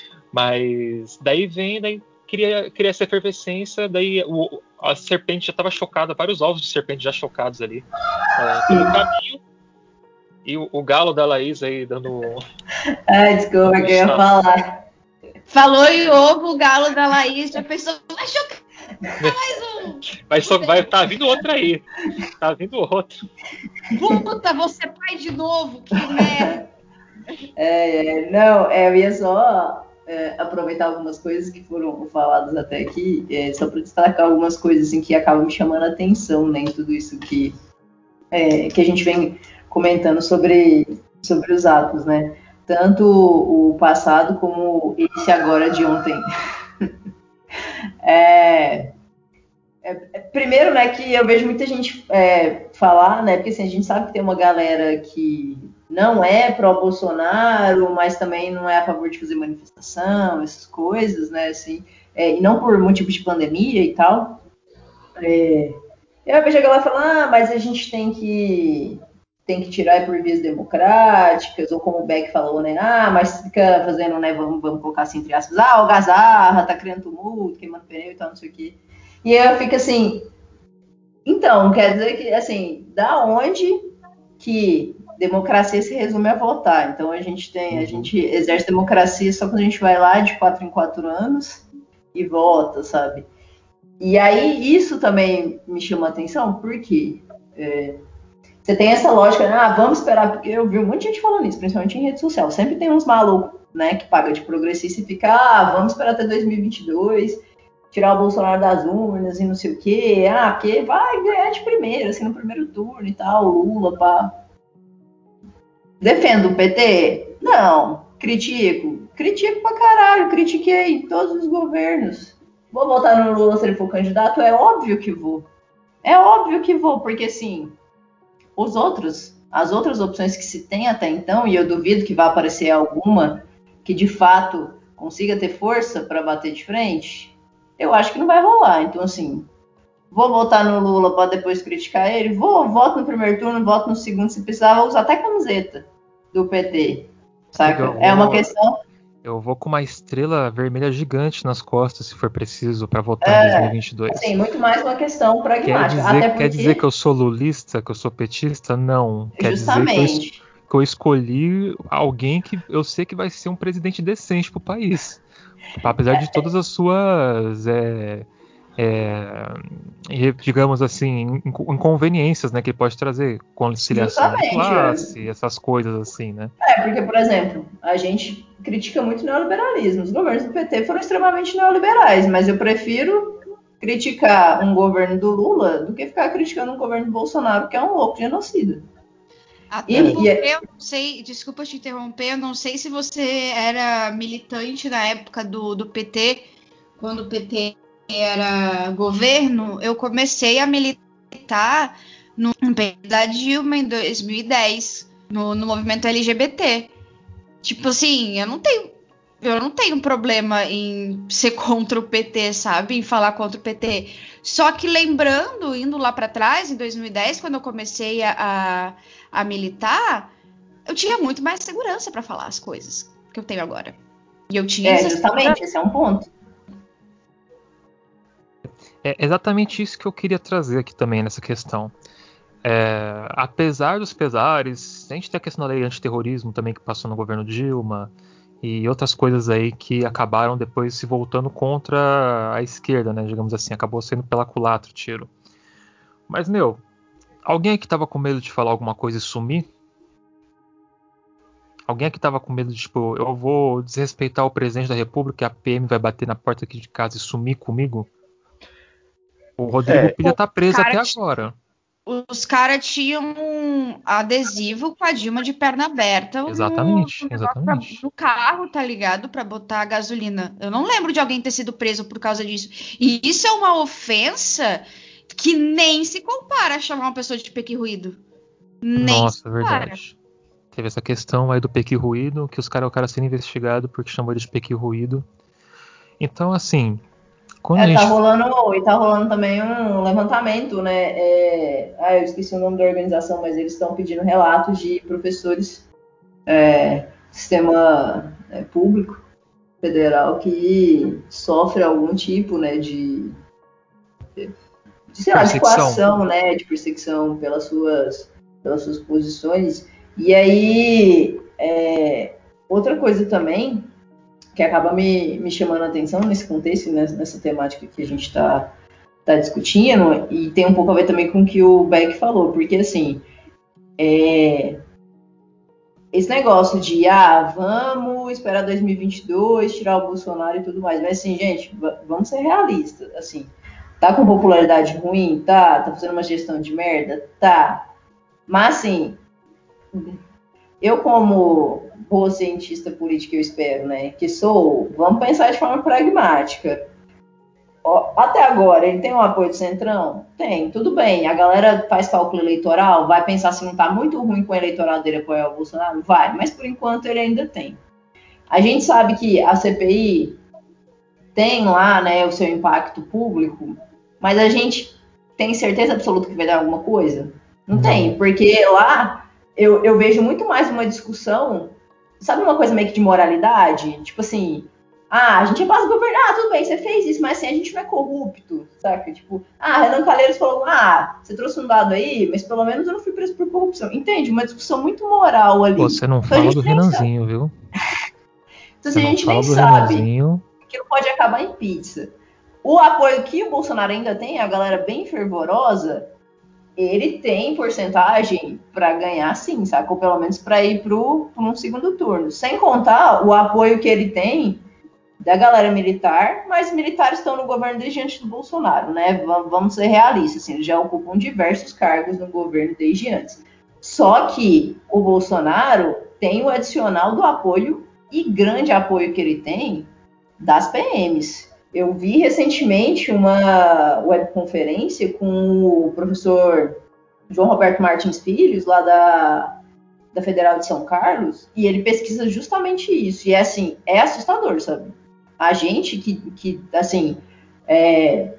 Mas daí vem, daí cria, cria essa efervescência, daí o, a serpente já estava chocada, vários ovos de serpente já chocados ali é, pelo caminho. E o, o galo da Laís aí dando. Ai, desculpa, que eu ia falar. Falou em ovo, o galo da Laís, já pensou, vai chocar mais um. Mas só vai, tá vindo outro aí. Tá vindo outro. Puta, você pai de novo, que merda. É, não, é, eu ia só é, aproveitar algumas coisas que foram faladas até aqui, é, só para destacar algumas coisas assim, que acabam me chamando a atenção, né, em tudo isso que, é, que a gente vem comentando sobre, sobre os atos, né? Tanto o passado como esse agora de ontem. é, é, primeiro, né, que eu vejo muita gente é, falar, né, porque assim, a gente sabe que tem uma galera que não é pró-Bolsonaro, mas também não é a favor de fazer manifestação, essas coisas, né, assim, é, e não por motivo de pandemia e tal. É, eu vejo a galera falar, ah, mas a gente tem que tem que tirar por vias democráticas, ou como o Beck falou, né, ah, mas fica fazendo, né, vamos, vamos colocar assim, entre aspas, ah, o Gazarra tá criando tumulto, queimando pneu e tal, não sei o quê. E eu fico assim, então, quer dizer que, assim, da onde que democracia se resume a votar? Então a gente tem, a gente exerce democracia só quando a gente vai lá de quatro em quatro anos e vota, sabe? E aí isso também me chama a atenção, porque é, você tem essa lógica, né? Ah, vamos esperar, porque eu vi um monte de gente falando isso, principalmente em rede social. Sempre tem uns malucos, né, que paga de progressista e fica, ah, vamos esperar até dois mil e vinte e dois, tirar o Bolsonaro das urnas e não sei o quê. Ah, porque vai ganhar de primeira, assim, no primeiro turno e tal, Lula, pá. Defendo o P T? Não. Critico? Critico pra caralho, critiquei todos os governos. Vou votar no Lula se ele for candidato? É óbvio que vou. É óbvio que vou, porque assim, os outros, as outras opções que se tem até então, e eu duvido que vá aparecer alguma que de fato consiga ter força para bater de frente, eu acho que não vai rolar. Então, assim, vou votar no Lula para depois criticar ele? Vou, voto no primeiro turno, voto no segundo, se precisar, vou usar até camiseta do P T, saca? Amiga, É uma vou, questão... Eu vou com uma estrela vermelha gigante nas costas, se for preciso, para votar é, em dois mil e vinte e dois. Sim, muito mais uma questão pragmática. Quer dizer, até porque... quer dizer que eu sou lulista, que eu sou petista? Não. Quer Justamente. dizer que eu, porque eu escolhi alguém que eu sei que vai ser um presidente decente pro país. Apesar de todas as suas, é, é, digamos assim, inconveniências, né, que ele pode trazer, conciliação de Justamente. classe, essas coisas assim, né? É, porque, por exemplo, a gente critica muito o neoliberalismo. Os governos do P T foram extremamente neoliberais, mas eu prefiro criticar um governo do Lula do que ficar criticando um governo do Bolsonaro, que é um louco genocida. Até E- porque e- eu não sei, desculpa te interromper, eu não sei se você era militante na época do, do P T, quando o P T era governo, eu comecei a militar no P T da Dilma em dois mil e dez, no, no movimento L G B T. Tipo assim, eu não tenho, eu não tenho problema em ser contra o P T, sabe? Em falar contra o P T. Só que lembrando, indo lá para trás, em dois mil e dez, quando eu comecei a, a, a militar, eu tinha muito mais segurança para falar as coisas que eu tenho agora. E eu tinha É, essa justamente, esse é um ponto. É exatamente isso que eu queria trazer aqui também nessa questão. É, apesar dos pesares, a gente tem a questão da lei antiterrorismo também que passou no governo Dilma e outras coisas aí que acabaram depois se voltando contra a esquerda, né? Digamos assim, acabou sendo pela culatra o tiro. Mas, meu, alguém aqui tava com medo de falar alguma coisa e sumir? Alguém aqui tava com medo de, tipo, eu vou desrespeitar o presidente da República e a P M vai bater na porta aqui de casa e sumir comigo? O Rodrigo É, Pilha tá preso cara até t- agora. Os caras tinham um adesivo com a Dilma de perna aberta no, Exatamente, no negócio pra- exatamente. no carro, tá ligado? Pra botar a gasolina. Eu não lembro de alguém ter sido preso por causa disso. E isso é uma ofensa que nem se compara a chamar uma pessoa de pequi ruído. Nem se Nossa, é compara. verdade. Teve essa questão aí do Pequi Ruído, que os caras, o cara sendo investigado porque chamou ele de Pequi Ruído. Então, assim, quando a É, tá gente. rolando, e tá rolando também um levantamento, né? É, ah, eu esqueci o nome da organização, mas eles estão pedindo relatos de professores é, sistema é, público federal que sofre algum tipo, né, de, de sei lá, de Perseguição. coação, né, de perseguição pelas suas, pelas suas posições. E aí, é, outra coisa também que acaba me, me chamando a atenção nesse contexto, nessa, nessa temática que a gente está tá discutindo, e tem um pouco a ver também com o que o Beck falou, porque assim, é, esse negócio de, ah, vamos esperar dois mil e vinte e dois, tirar o Bolsonaro e tudo mais, mas assim, gente, vamos ser realistas, assim, tá com popularidade ruim? Tá. Tá fazendo uma gestão de merda? Tá. Mas assim, eu como boa cientista política, eu espero, né, que sou, vamos pensar de forma pragmática. Ó, até agora, ele tem o apoio do Centrão? Tem, tudo bem. A galera faz cálculo eleitoral, vai pensar se não tá muito ruim com o eleitorado dele apoiar o Bolsonaro? Vai, mas por enquanto ele ainda tem. A gente sabe que a C P I tem lá, né, o seu impacto público, mas a gente tem certeza absoluta que vai dar alguma coisa? Não, não. Tem, porque lá eu, eu vejo muito mais uma discussão, sabe, uma coisa meio que de moralidade? Tipo assim, ah, a gente é base governar, ah, tudo bem, você fez isso, mas assim, a gente não é corrupto, saca? Tipo, ah, Renan Calheiros falou, ah, você trouxe um dado aí, mas pelo menos eu não fui preso por corrupção. Entende? Uma discussão muito moral ali. Pô, você não então, fala do Renanzinho, viu? Então, Você se a não gente fala nem do sabe Renanzinho. que não pode acabar em pizza. O apoio que o Bolsonaro ainda tem, a galera bem fervorosa, ele tem porcentagem para ganhar sim, sacou? Pelo menos para ir para um segundo turno. Sem contar o apoio que ele tem da galera militar, mas militares estão no governo desde antes do Bolsonaro, né? Vamos ser realistas, assim, eles já ocupam diversos cargos no governo desde antes. Só que o Bolsonaro tem o adicional do apoio, e grande apoio que ele tem, das P Ms. Eu vi recentemente uma webconferência com o professor João Roberto Martins Filhos, lá da, da Federal de São Carlos, e ele pesquisa justamente isso. E é assim, é assustador, sabe? A gente que, que assim, é,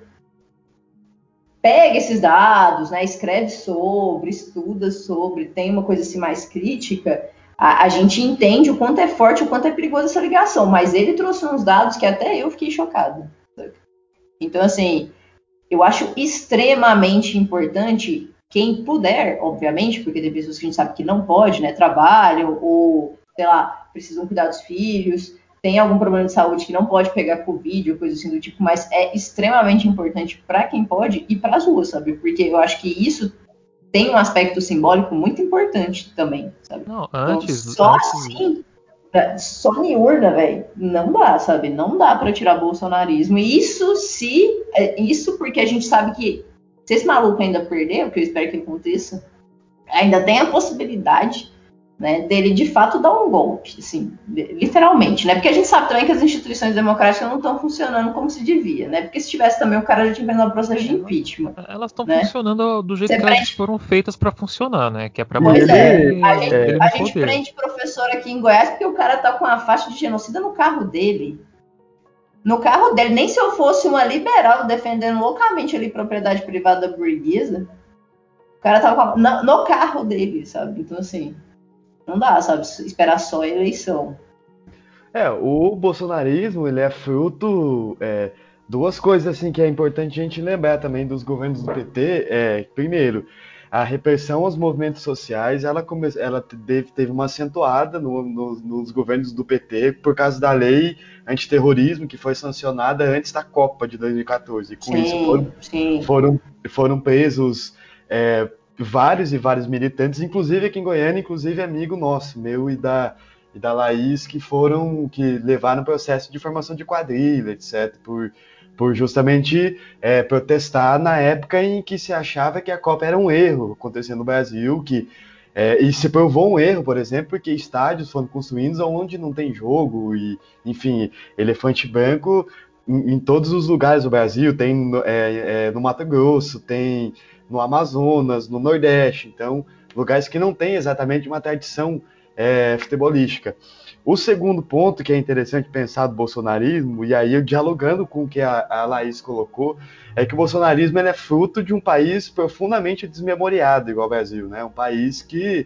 pega esses dados, né, escreve sobre, estuda sobre, tem uma coisa assim mais crítica, a, a gente entende o quanto é forte, o quanto é perigoso essa ligação, mas ele trouxe uns dados que até eu fiquei chocado. Então, assim, eu acho extremamente importante quem puder, obviamente, porque tem pessoas que a gente sabe que não pode, né, trabalham ou, sei lá, precisam cuidar dos filhos, tem algum problema de saúde que não pode pegar Covid ou coisa assim do tipo, mas é extremamente importante para quem pode ir para as ruas, sabe? Porque eu acho que isso tem um aspecto simbólico muito importante também, sabe? Não, antes, então, só antes... assim, só em urna, velho, não dá, sabe? Não dá para tirar bolsonarismo. E isso se, isso porque a gente sabe que se esse maluco ainda perder, o que eu espero que aconteça, ainda tem a possibilidade, né, dele de fato dar um golpe, assim, literalmente, né? Porque a gente sabe também que as instituições democráticas não estão funcionando como se devia, né? Porque se tivesse também o cara já tinha feito um processo de impeachment. Elas estão né? funcionando do jeito Você que prende... elas foram feitas para funcionar, né? Que é para pois manter é, a gente, ele no a gente poder. prende professor aqui em Goiás porque o cara tá com a faixa de genocida no carro dele. No carro dele, nem se eu fosse uma liberal defendendo loucamente ali propriedade privada burguesa, o cara tava no, no carro dele, sabe? Então, assim, não dá, sabe? Esperar só a eleição. É, o bolsonarismo, ele é fruto... É, duas coisas, assim, que é importante a gente lembrar também dos governos do P T. É, primeiro, a repressão aos movimentos sociais, ela, come, ela teve, teve uma acentuada no, no, nos governos do P T por causa da lei antiterrorismo que foi sancionada antes da Copa de dois mil e quatorze. E com sim, isso foram, sim. foram, foram presos é, vários e vários militantes, inclusive aqui em Goiânia, inclusive amigo nosso, meu e da, e da Laís, que foram, que levaram processo de formação de quadrilha, etcétera, por por justamente é, protestar na época em que se achava que a Copa era um erro acontecendo no Brasil, que, é, e se provou um erro, por exemplo, porque estádios foram construídos onde não tem jogo, e, enfim, elefante branco em, em todos os lugares do Brasil, tem no, é, é, no Mato Grosso, tem no Amazonas, no Nordeste, então, lugares que não têm exatamente uma tradição é, futebolística. O segundo ponto que é interessante pensar do bolsonarismo, e aí eu dialogando com o que a, a Laís colocou, é que o bolsonarismo ele é fruto de um país profundamente desmemoriado, igual o Brasil, né? Um país que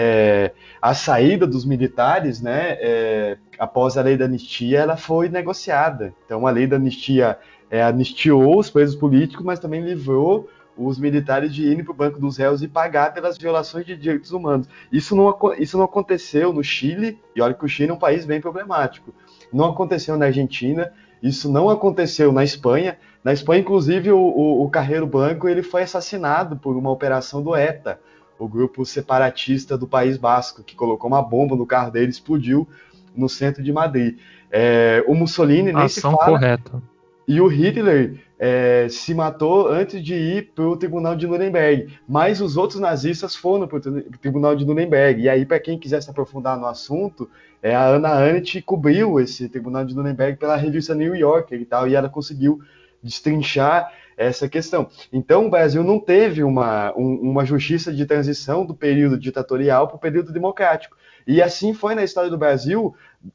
é, a saída dos militares, né, é, após a lei da anistia, ela foi negociada. Então a lei da anistia é, anistiou os presos políticos, mas também livrou os militares de irem para o banco dos réus e pagar pelas violações de direitos humanos. Isso não, isso não aconteceu no Chile, e olha que o Chile é um país bem problemático. Não aconteceu na Argentina, isso não aconteceu na Espanha. Na Espanha, inclusive, o, o, o Carrero Blanco ele foi assassinado por uma operação do ETA, o grupo separatista do País Basco, que colocou uma bomba no carro dele e explodiu no centro de Madrid. É, o Mussolini nem Ação se fala... correta. E o Hitler é, se matou antes de ir para o Tribunal de Nuremberg, mas os outros nazistas foram para o Tribunal de Nuremberg. E aí, para quem quiser se aprofundar no assunto, é, a Hannah Arendt cobriu esse Tribunal de Nuremberg pela revista New Yorker e tal, e ela conseguiu destrinchar essa questão. Então, o Brasil não teve uma, um, uma justiça de transição do período ditatorial para o período democrático. E assim foi na história do Brasil,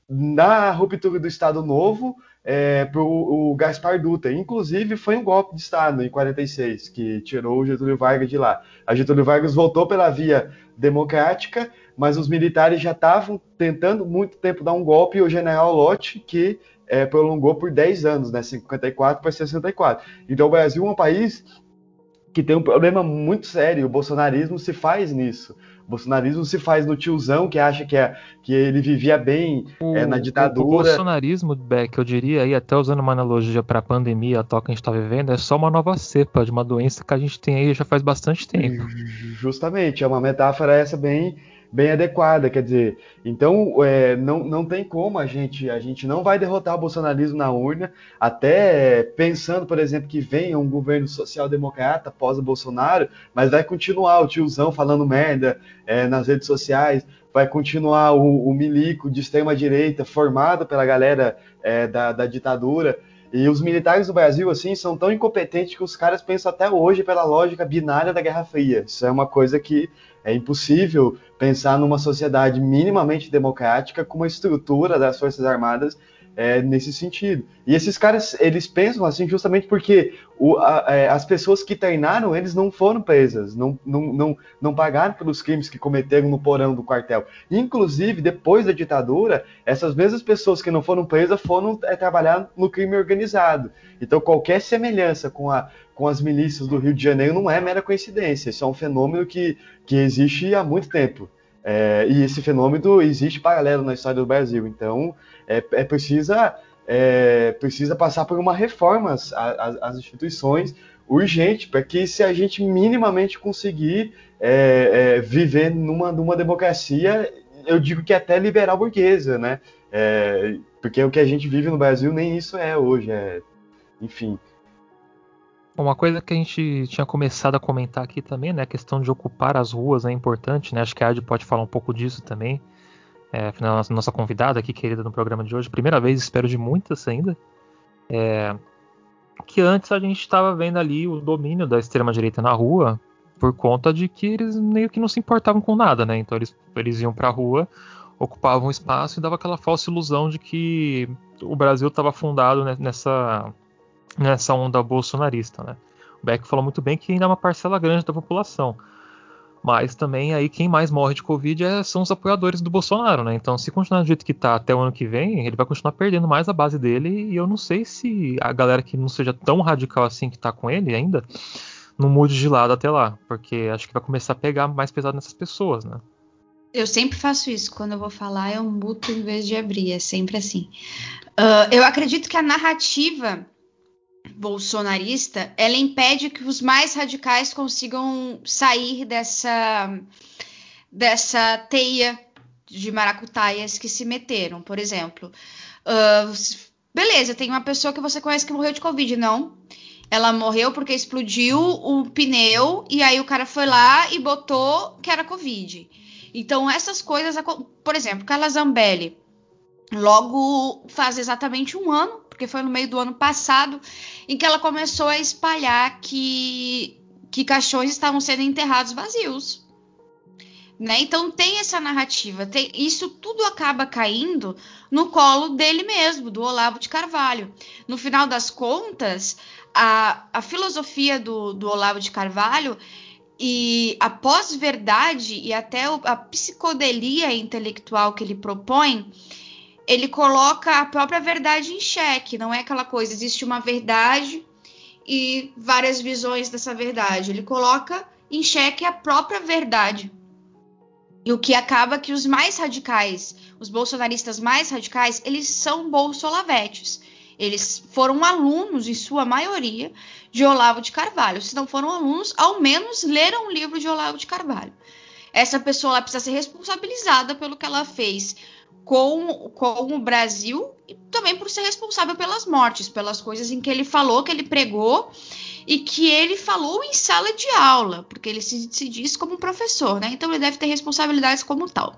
na ruptura do Estado Novo, É, para o Gaspar Dutra. Inclusive, foi um golpe de Estado em quarenta e seis, que tirou o Getúlio Vargas de lá. A Getúlio Vargas voltou pela via democrática, mas os militares já estavam tentando muito tempo dar um golpe, e o general Lott, que é, prolongou por dez anos, né, cinquenta e quatro para sessenta e quatro. Então, o Brasil é um país que tem um problema muito sério. O bolsonarismo se faz nisso. O bolsonarismo se faz no tiozão que acha que, é, que ele vivia bem O, é, na o, ditadura. o bolsonarismo, Beck, eu diria, aí, até usando uma analogia para a pandemia atual que a gente está vivendo, é só uma nova cepa de uma doença que a gente tem aí já faz bastante tempo. Justamente, é uma metáfora essa bem, bem adequada, quer dizer, então é, não, não tem como a gente, a gente não vai derrotar o bolsonarismo na urna, até pensando, por exemplo, que venha um governo social-democrata após o Bolsonaro, mas vai continuar o tiozão falando merda é, nas redes sociais, vai continuar o, o milico de extrema-direita formado pela galera é, da, da ditadura. E os militares do Brasil, assim, são tão incompetentes que os caras pensam até hoje pela lógica binária da Guerra Fria. Isso é uma coisa que é impossível pensar numa sociedade minimamente democrática com uma estrutura das Forças Armadas é, nesse sentido. E esses caras, eles pensam assim justamente porque o, a, é, as pessoas que treinaram eles não foram presas, não, não, não, não pagaram pelos crimes que cometeram no porão do quartel. Inclusive, depois da ditadura, essas mesmas pessoas que não foram presas foram é, trabalhar no crime organizado. Então, qualquer semelhança com, a, com as milícias do Rio de Janeiro não é mera coincidência, isso é um fenômeno que, que existe há muito tempo. É, e esse fenômeno existe paralelo na história do Brasil. Então, é, é precisa, é, precisa passar por uma reforma às, às, às instituições urgente, para que se a gente minimamente conseguir é, é, viver numa, numa democracia, eu digo que até liberal burguesa, né? É, porque o que a gente vive no Brasil nem isso é hoje. É, enfim. Uma coisa que a gente tinha começado a comentar aqui também, né, a questão de ocupar as ruas é importante, né, acho que a Adi pode falar um pouco disso também, é, afinal, a nossa convidada aqui, querida, no programa de hoje, primeira vez, espero de muitas ainda, é, que antes a gente estava vendo ali o domínio da extrema-direita na rua, por conta de que eles meio que não se importavam com nada, né, então eles, eles iam pra rua, ocupavam espaço e dava aquela falsa ilusão de que o Brasil estava fundado nessa... nessa onda bolsonarista, né? O Beck falou muito bem que ainda é uma parcela grande da população, mas também aí quem mais morre de Covid é, são os apoiadores do Bolsonaro, né? Então, se continuar do jeito que tá até o ano que vem, ele vai continuar perdendo mais a base dele, e eu não sei se a galera que não seja tão radical assim que tá com ele ainda, não mude de lado até lá, porque acho que vai começar a pegar mais pesado nessas pessoas, né? Eu sempre faço isso. Quando eu vou falar, eu muto em vez de abrir. É sempre assim. Uh, eu acredito que a narrativa bolsonarista, ela impede que os mais radicais consigam sair dessa, dessa teia de maracutaias que se meteram. Por exemplo, uh, beleza, tem uma pessoa que você conhece que morreu de Covid. Não. Ela morreu porque explodiu o pneu e aí o cara foi lá e botou que era Covid. Então, essas coisas... Por exemplo, Carla Zambelli, logo faz exatamente um ano, porque foi no meio do ano passado, em que ela começou a espalhar que, que caixões estavam sendo enterrados vazios. Né? Então, tem essa narrativa. Tem, isso tudo acaba caindo no colo dele mesmo, do Olavo de Carvalho. No final das contas, a, a filosofia do, do Olavo de Carvalho... E a pós-verdade e até a psicodelia intelectual que ele propõe, ele coloca a própria verdade em xeque. Não é aquela coisa, existe uma verdade e várias visões dessa verdade. Ele coloca em xeque a própria verdade. E o que acaba que os mais radicais, os bolsonaristas mais radicais, eles são bolsolavetes. Eles foram alunos, em sua maioria, de Olavo de Carvalho. Se não foram alunos, ao menos leram o livro de Olavo de Carvalho. Essa pessoa ela precisa ser responsabilizada pelo que ela fez com, com o Brasil e também por ser responsável pelas mortes, pelas coisas em que ele falou, que ele pregou e que ele falou em sala de aula, porque ele se, se diz como professor, né? Então ele deve ter responsabilidades como tal.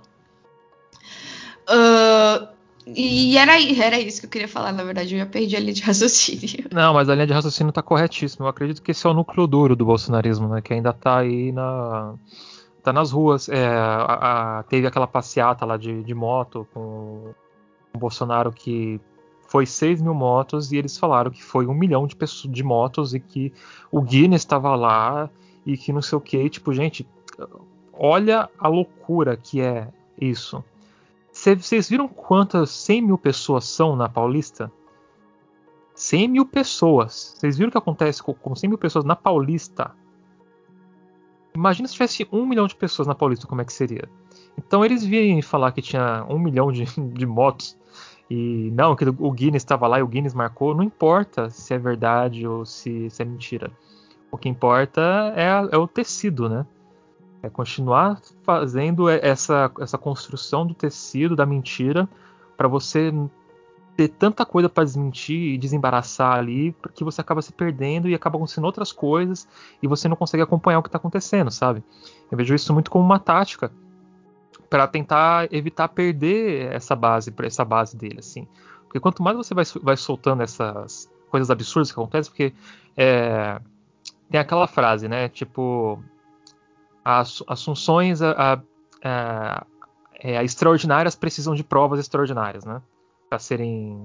Uh, E era, era isso que eu queria falar, na verdade, eu já perdi a linha de raciocínio. Não, mas a linha de raciocínio tá corretíssima. Eu acredito que esse é o núcleo duro do bolsonarismo, né? Que ainda tá aí na... tá nas ruas. É, a, a, teve aquela passeata lá de, de moto com o Bolsonaro que foi seis mil motos e eles falaram que foi um milhão de, pessoas, de motos e que o Guinness estava lá e que não sei o que. Tipo, gente, olha a loucura que é isso. Vocês viram quantas cem mil pessoas são na Paulista? cem mil pessoas. Vocês viram o que acontece com, com cem mil pessoas na Paulista? Imagina se tivesse um milhão de pessoas na Paulista, como é que seria? Então eles vêm falar que tinha um milhão de, de motos e não, que o Guinness estava lá e o Guinness marcou. Não importa se é verdade ou se, se é mentira. O que importa é, a, é o tecido, né? É continuar fazendo essa, essa construção do tecido, da mentira, para você ter tanta coisa para desmentir e desembaraçar ali, que você acaba se perdendo e acaba acontecendo outras coisas e você não consegue acompanhar o que está acontecendo, sabe? Eu vejo isso muito como uma tática para tentar evitar perder essa base, essa base dele, assim. Porque quanto mais você vai, vai soltando essas coisas absurdas que acontecem, porque é, tem aquela frase, né? Tipo, as assunções a, a, a, a extraordinárias precisam de provas extraordinárias, né? Para serem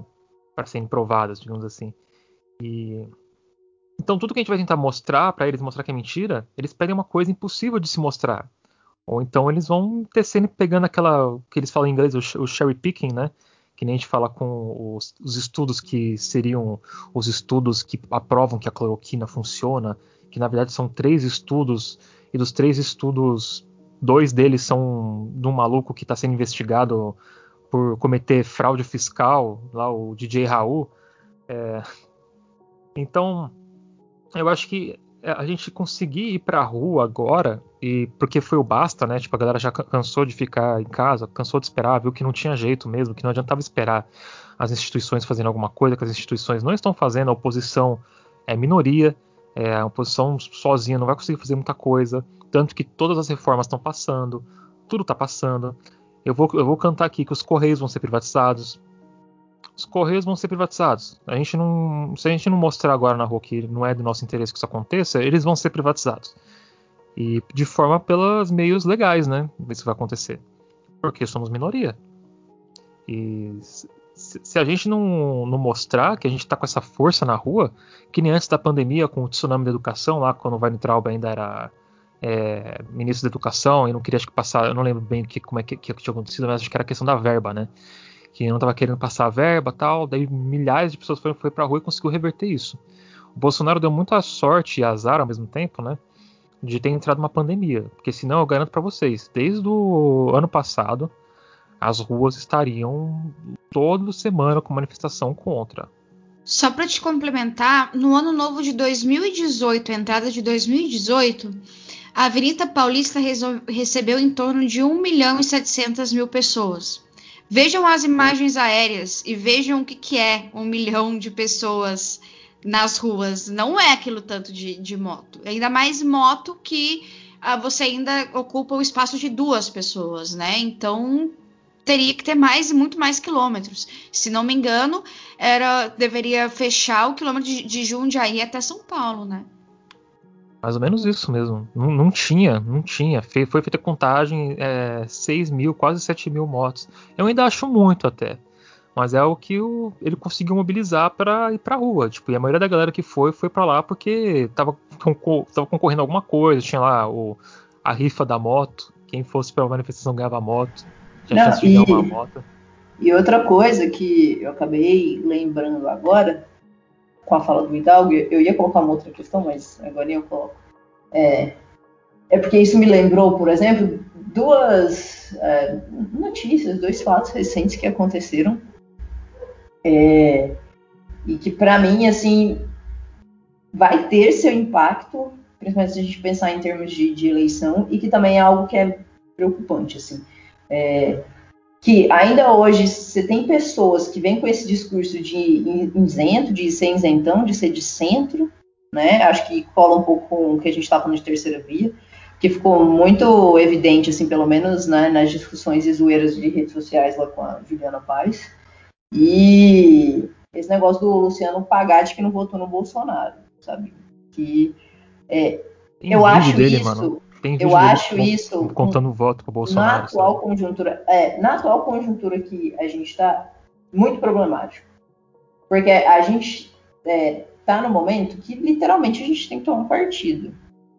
para serem provadas, digamos assim. E então tudo que a gente vai tentar mostrar para eles, mostrar que é mentira, eles pedem uma coisa impossível de se mostrar. Ou então eles vão tecendo, pegando aquela que eles falam em inglês, o cherry picking, né? Que nem a gente fala com os, os estudos que seriam os estudos que aprovam que a cloroquina funciona, que na verdade são três estudos, e dos três estudos, dois deles são de um maluco que está sendo investigado por cometer fraude fiscal, lá o D J Raul. É... Então, eu acho que a gente conseguir ir pra rua agora, e porque foi o basta, né? Tipo, a galera já cansou de ficar em casa, cansou de esperar, viu que não tinha jeito mesmo, que não adiantava esperar as instituições fazendo alguma coisa, que as instituições não estão fazendo, a oposição é minoria, é, a oposição sozinha não vai conseguir fazer muita coisa, tanto que todas as reformas estão passando, tudo está passando. Eu vou, eu vou cantar aqui que os Correios vão ser privatizados. Os Correios vão ser privatizados. A gente não, se a gente não mostrar agora na rua que não é do nosso interesse que isso aconteça, eles vão ser privatizados. E de forma pelos meios legais, né? Isso vai acontecer. Porque somos minoria. E se, se a gente não, não mostrar que a gente tá com essa força na rua, que nem antes da pandemia, com o tsunami da educação, lá quando o Weintraub ainda era é, ministro da educação, e não queria acho que passar, eu não lembro bem que, como é que, que tinha acontecido, mas acho que era a questão da verba, né? Que não estava querendo passar a verba e tal, daí milhares de pessoas foram, foram pra rua e conseguiu reverter isso. O Bolsonaro deu muita sorte e azar ao mesmo tempo, né, de ter entrado uma pandemia, porque senão eu garanto para vocês, desde o ano passado, as ruas estariam toda semana com manifestação contra. Só para te complementar, no ano novo de dois mil e dezoito, a entrada de dois mil e dezoito, a Avenida Paulista recebeu em torno de um milhão e setecentas mil pessoas. Vejam as imagens aéreas e vejam o que, que é um milhão de pessoas nas ruas. Não é aquilo tanto de, de moto. Ainda mais moto que ah, você ainda ocupa o espaço de duas pessoas, né? Então teria que ter mais e muito mais quilômetros. Se não me engano, era, deveria fechar o quilômetro de, de Jundiaí até São Paulo, né? Mais ou menos isso mesmo. Não, não tinha, não tinha. Foi, foi feita contagem, é, seis mil, quase sete mil motos. Eu ainda acho muito até. Mas é o que o, ele conseguiu mobilizar para ir pra rua. Tipo, e a maioria da galera que foi, foi para lá porque tava, concor- tava concorrendo a alguma coisa. Tinha lá o, a rifa da moto. Quem fosse pra manifestação ganhava moto. Tinha Não, chance de e, ganhar uma moto. E outra coisa que eu acabei lembrando agora, com a fala do Hidalgo, eu ia colocar uma outra questão, mas agora eu coloco. É, é porque isso me lembrou, por exemplo, duas é, notícias, dois fatos recentes que aconteceram. É, e que, para mim, assim, vai ter seu impacto, principalmente se a gente pensar em termos de, de eleição, e que também é algo que é preocupante, assim. É, que ainda hoje você tem pessoas que vêm com esse discurso de isento, de ser isentão, de ser de centro, né? Acho que cola um pouco com o que a gente está falando de terceira via, que ficou muito evidente, assim, pelo menos, né, nas discussões e zoeiras de redes sociais lá com a Juliana Paes. E esse negócio do Luciano Pagatti que não votou no Bolsonaro, sabe? Que é, eu acho dele, isso... Mano. Tem Eu vídeo acho dele isso contando um, voto pro Bolsonaro. na atual sabe? conjuntura, é, na atual conjuntura que a gente está, muito problemático, porque a gente é, tá no momento que literalmente a gente tem que tomar um partido.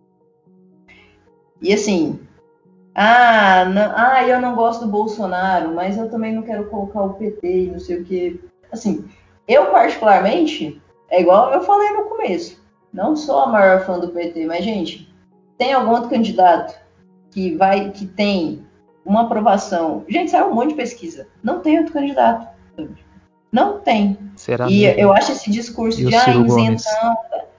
E assim, ah, não, ah, eu não gosto do Bolsonaro, mas eu também não quero colocar o P T e não sei o que. Assim, eu particularmente, é igual eu falei no começo, não sou a maior fã do P T, mas gente, tem algum outro candidato que vai, que tem uma aprovação. Gente, saiu um monte de pesquisa. Não tem outro candidato. Não tem. Será e mesmo? eu acho esse discurso e de o ah, Ciro Gomes? isentão.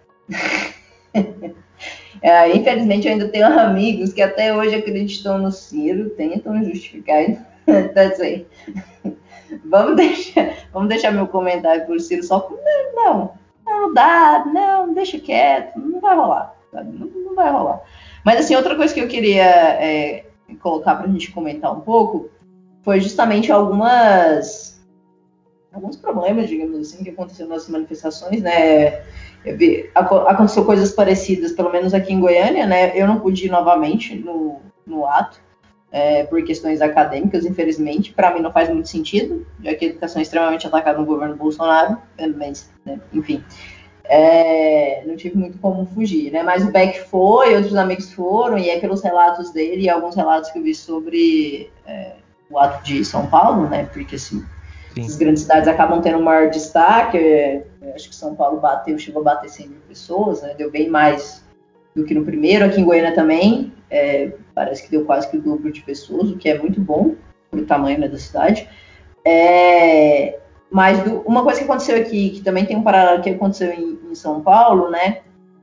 é, infelizmente, eu ainda tenho amigos que até hoje acreditam no Ciro, tentam justificar. Então, assim, vamos deixar, vamos deixar meu comentário por Ciro só com não, não dá, não, deixa quieto, não vai rolar, sabe? Não, não vai rolar. Mas, assim, outra coisa que eu queria é, colocar para a gente comentar um pouco foi justamente algumas alguns problemas, digamos assim, que aconteceram nas manifestações, né? Eu vi, aconteceu coisas parecidas, pelo menos aqui em Goiânia, né? Eu não pude ir novamente no, no ato, é, por questões acadêmicas, infelizmente. Para mim não faz muito sentido, já que a educação é extremamente atacada no governo Bolsonaro, mas, né, enfim. É, não tive muito como fugir, né? Mas o Beck foi, outros amigos foram, e é pelos relatos dele e alguns relatos que eu vi sobre é, o ato de São Paulo, né? Porque assim, essas grandes cidades acabam tendo um maior destaque. É, acho que São Paulo bateu, chegou a bater cem mil pessoas, né? Deu bem mais do que no primeiro. Aqui em Goiânia também, é, parece que deu quase que o dobro de pessoas, o que é muito bom pro tamanho, né, da cidade. É, mas do, uma coisa que aconteceu aqui, que também tem um paralelo que aconteceu em, em São Paulo, né,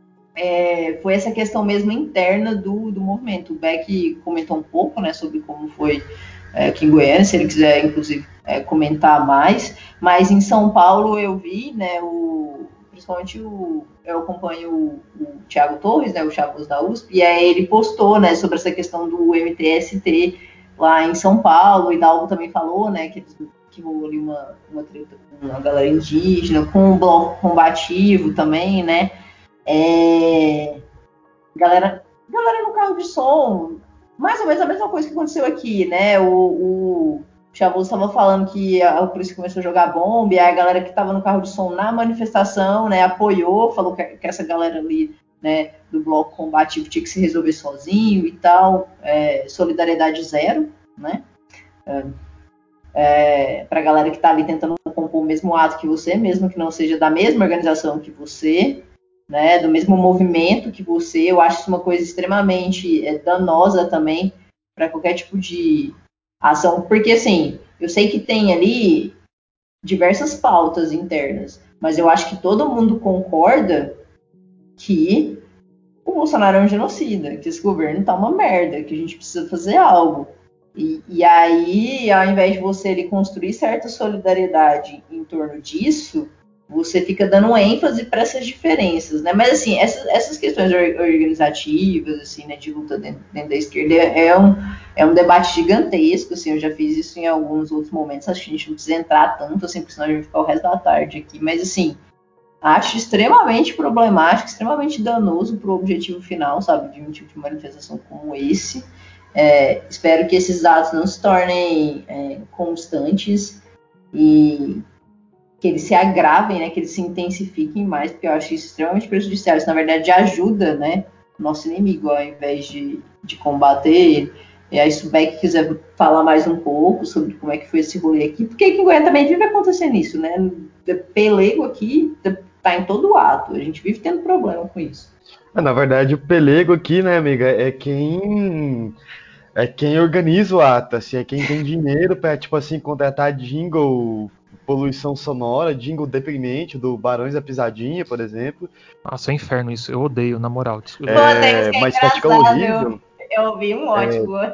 é, foi essa questão mesmo interna do, do movimento. O Beck comentou um pouco, né, sobre como foi é, aqui em Goiânia, se ele quiser, inclusive, é, comentar mais. Mas em São Paulo eu vi, né, o, principalmente o, eu acompanho o, o Thiago Torres, né, o Chavos da U S P, e aí ele postou, né, sobre essa questão do M T S T lá em São Paulo, e Dalgo também falou, né, que eles que rolou ali uma, uma treta com uma galera indígena, com um bloco combativo também, né? É... Galera, galera no carro de som, mais ou menos a mesma coisa que aconteceu aqui, né? O, o Chavoso estava falando que a polícia começou a jogar bomba, e a galera que estava no carro de som na manifestação, né, apoiou, falou que, que essa galera ali, né, do bloco combativo tinha que se resolver sozinho e tal, é, solidariedade zero, né? É, É, para a galera que está ali tentando compor o mesmo ato que você, mesmo que não seja da mesma organização que você, né, do mesmo movimento que você. Eu acho isso uma coisa extremamente é, danosa também para qualquer tipo de ação, porque assim, eu sei que tem ali diversas pautas internas, mas eu acho que todo mundo concorda que o Bolsonaro é um genocida, que esse governo tá uma merda, que a gente precisa fazer algo. E, e aí, ao invés de você ele, construir certa solidariedade em torno disso, você fica dando ênfase para essas diferenças, né? Mas, assim, essas, essas questões organizativas, assim, né, de luta dentro, dentro da esquerda é um, é um debate gigantesco, assim, eu já fiz isso em alguns outros momentos, acho que a gente não precisa entrar tanto, assim, porque senão a gente vai ficar o resto da tarde aqui, mas, assim, acho extremamente problemático, extremamente danoso para o objetivo final, sabe, de um tipo de manifestação como esse. É, espero que esses atos não se tornem é, constantes e que eles se agravem, né, que eles se intensifiquem mais, porque eu acho isso extremamente prejudicial. Isso, na verdade, ajuda, né, o nosso inimigo, ao invés de, de combater ele. E aí, se o Beck quiser falar mais um pouco sobre como é que foi esse rolê aqui, porque aqui em Goiânia também vive acontecendo isso, né? Pelego aqui tá em todo o ato, a gente vive tendo problema com isso. Na verdade, o pelego aqui, né, amiga, é quem é quem organiza o ato, assim, é quem tem dinheiro para, tipo assim, contratar jingle, poluição sonora, jingle deprimente do Barões da Pisadinha, por exemplo. Nossa, é um inferno isso, eu odeio, na moral. É, mas tá tipo horrível. Eu ouvi um ótimo. É...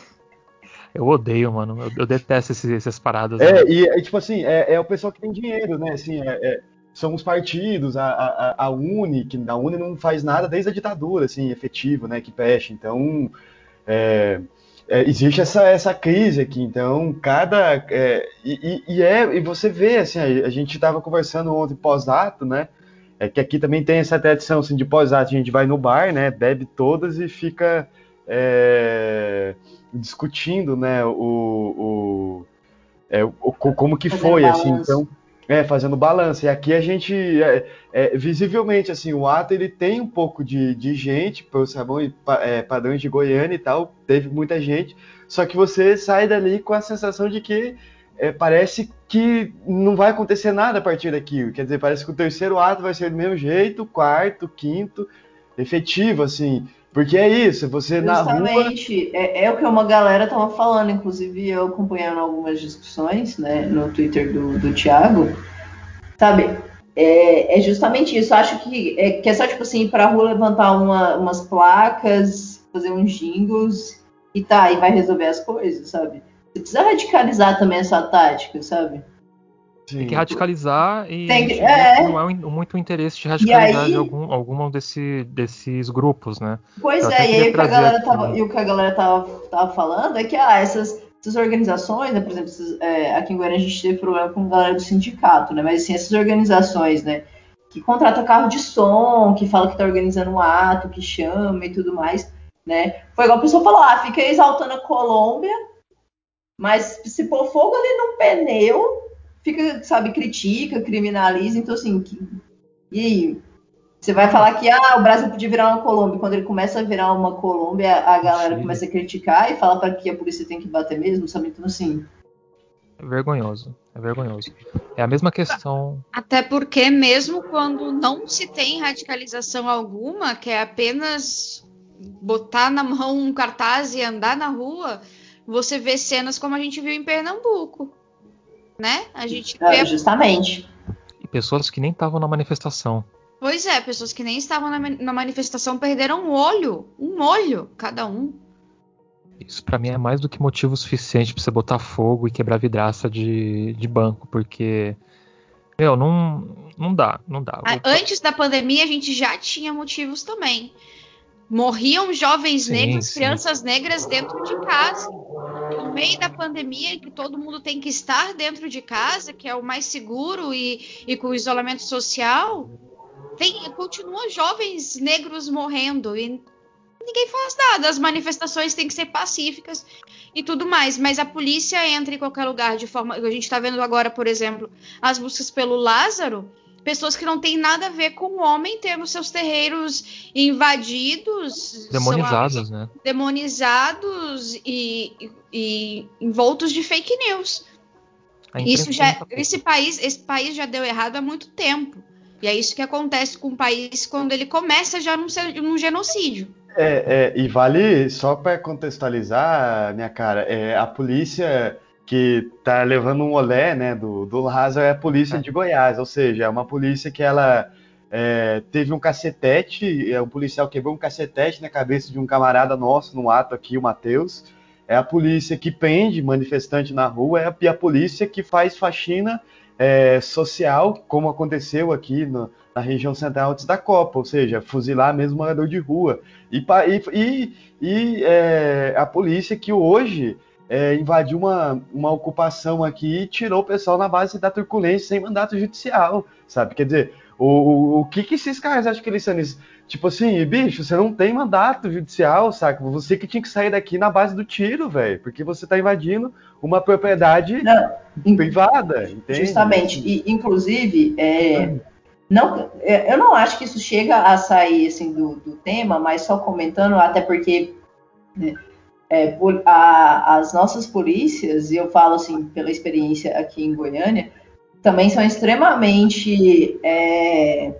Eu odeio, mano. Eu, eu detesto esses, essas paradas. É, né? e é, tipo assim, é, é o pessoal que tem dinheiro, né? Assim, é, é, são os partidos, a, a, a Uni, que a Uni não faz nada desde a ditadura, assim, efetivo, né? Que fecha. Então, é, é, existe essa, essa crise aqui. Então, cada. É, e, e, é, e você vê, assim, a, a gente estava conversando ontem pós-ato, né? É que aqui também tem essa tradição assim, de pós-ato, a gente vai no bar, né? Bebe todas e fica. É, discutindo, né, o, o, é, o como que fazendo foi, balanço. assim, então, é, fazendo balanço. E aqui a gente, é, é, visivelmente, assim, o ato, ele tem um pouco de, de gente, pelos é, padrões de Goiânia e tal, teve muita gente, só que você sai dali com a sensação de que é, parece que não vai acontecer nada a partir daqui, quer dizer, parece que o terceiro ato vai ser do mesmo jeito, quarto, quinto, efetivo, assim. Porque é isso, você na rua... Justamente, é, é o que uma galera tava falando, inclusive eu acompanhando algumas discussões, né, no Twitter do, do Thiago, sabe, é, é justamente isso, eu acho que é, que é só, tipo assim, ir pra rua levantar uma, umas placas, fazer uns jingles, e tá, e vai resolver as coisas, sabe? Você precisa radicalizar também a sua tática, sabe? Tem que radicalizar e Tem a que, gente vê é. que não é muito o interesse de radicalizar aí, de algum, algum desse, desses grupos, né? Pois Eu é, e aí o que a galera, tava, aqui... e o que a galera tava, tava falando é que ah, essas, essas organizações, né, por exemplo, essas, é, aqui em Goiânia a gente teve problema com a galera do sindicato, né? Mas assim, essas organizações, né, que contratam carro de som, que fala que tá organizando um ato, que chama e tudo mais, né? Foi igual a pessoa falou, ah, fica exaltando a Colômbia, mas se pôr fogo ali no pneu, fica, sabe, critica, criminaliza, então assim, que, e aí? Você vai falar que ah, o Brasil podia virar uma Colômbia, quando ele começa a virar uma Colômbia, a galera Chile. começa a criticar e fala para que a polícia tem que bater mesmo, sabe? Então assim... É vergonhoso, é vergonhoso. É a mesma questão. Até porque mesmo quando não se tem radicalização alguma, que é apenas botar na mão um cartaz e andar na rua, você vê cenas como a gente viu em Pernambuco, né? A gente vê... Ah, justamente. E pessoas que nem estavam na manifestação. Pois é, pessoas que nem estavam na, na manifestação perderam um olho, um olho cada um. Isso pra mim é mais do que motivo suficiente pra você botar fogo e quebrar vidraça de, de banco, porque, meu, não, não dá, não dá. Ah, antes da pandemia a gente já tinha motivos também. Morriam jovens Sim, negros, sim. crianças negras dentro de casa. No meio da pandemia, que todo mundo tem que estar dentro de casa, que é o mais seguro e, e com o isolamento social, tem, continua jovens negros morrendo e ninguém faz nada. As manifestações têm que ser pacíficas e tudo mais, mas a polícia entra em qualquer lugar de forma... A gente está vendo agora, por exemplo, as buscas pelo Lázaro, pessoas que não têm nada a ver com o homem tendo seus terreiros invadidos, Demonizados, né? demonizados e, e, e envoltos de fake news. A Isso imprensa já, tem muita esse culpa. país, esse país já deu errado há muito tempo. E é isso que acontece com o país quando ele começa já num, num genocídio. É, é, e vale, só para contextualizar, minha cara, é, a polícia que tá levando um olé, né, do, do Lázaro é a polícia É. de Goiás, ou seja, é uma polícia que ela é, teve um cacetete, é, um policial quebrou um cacetete na cabeça de um camarada nosso no ato aqui, o Matheus. É a polícia que prende manifestante na rua, é a, e a polícia que faz faxina é, social, como aconteceu aqui no, na região central antes da Copa, ou seja, fuzilar mesmo morador de rua. E, e, e é, a polícia que hoje é, invadiu uma, uma ocupação aqui e tirou o pessoal na base da truculência sem mandato judicial, sabe? Quer dizer, o, o, o que, que esses caras acham que eles são? Eles, tipo assim, bicho, você não tem mandato judicial, saca? Você que tinha que sair daqui na base do tiro, velho, porque você tá invadindo uma propriedade Não, privada, entende? justamente. E, inclusive, é, não, eu não acho que isso chega a sair assim, do, do tema, mas só comentando, até porque né, é, por, a, as nossas polícias, e eu falo assim pela experiência aqui em Goiânia, também são extremamente é,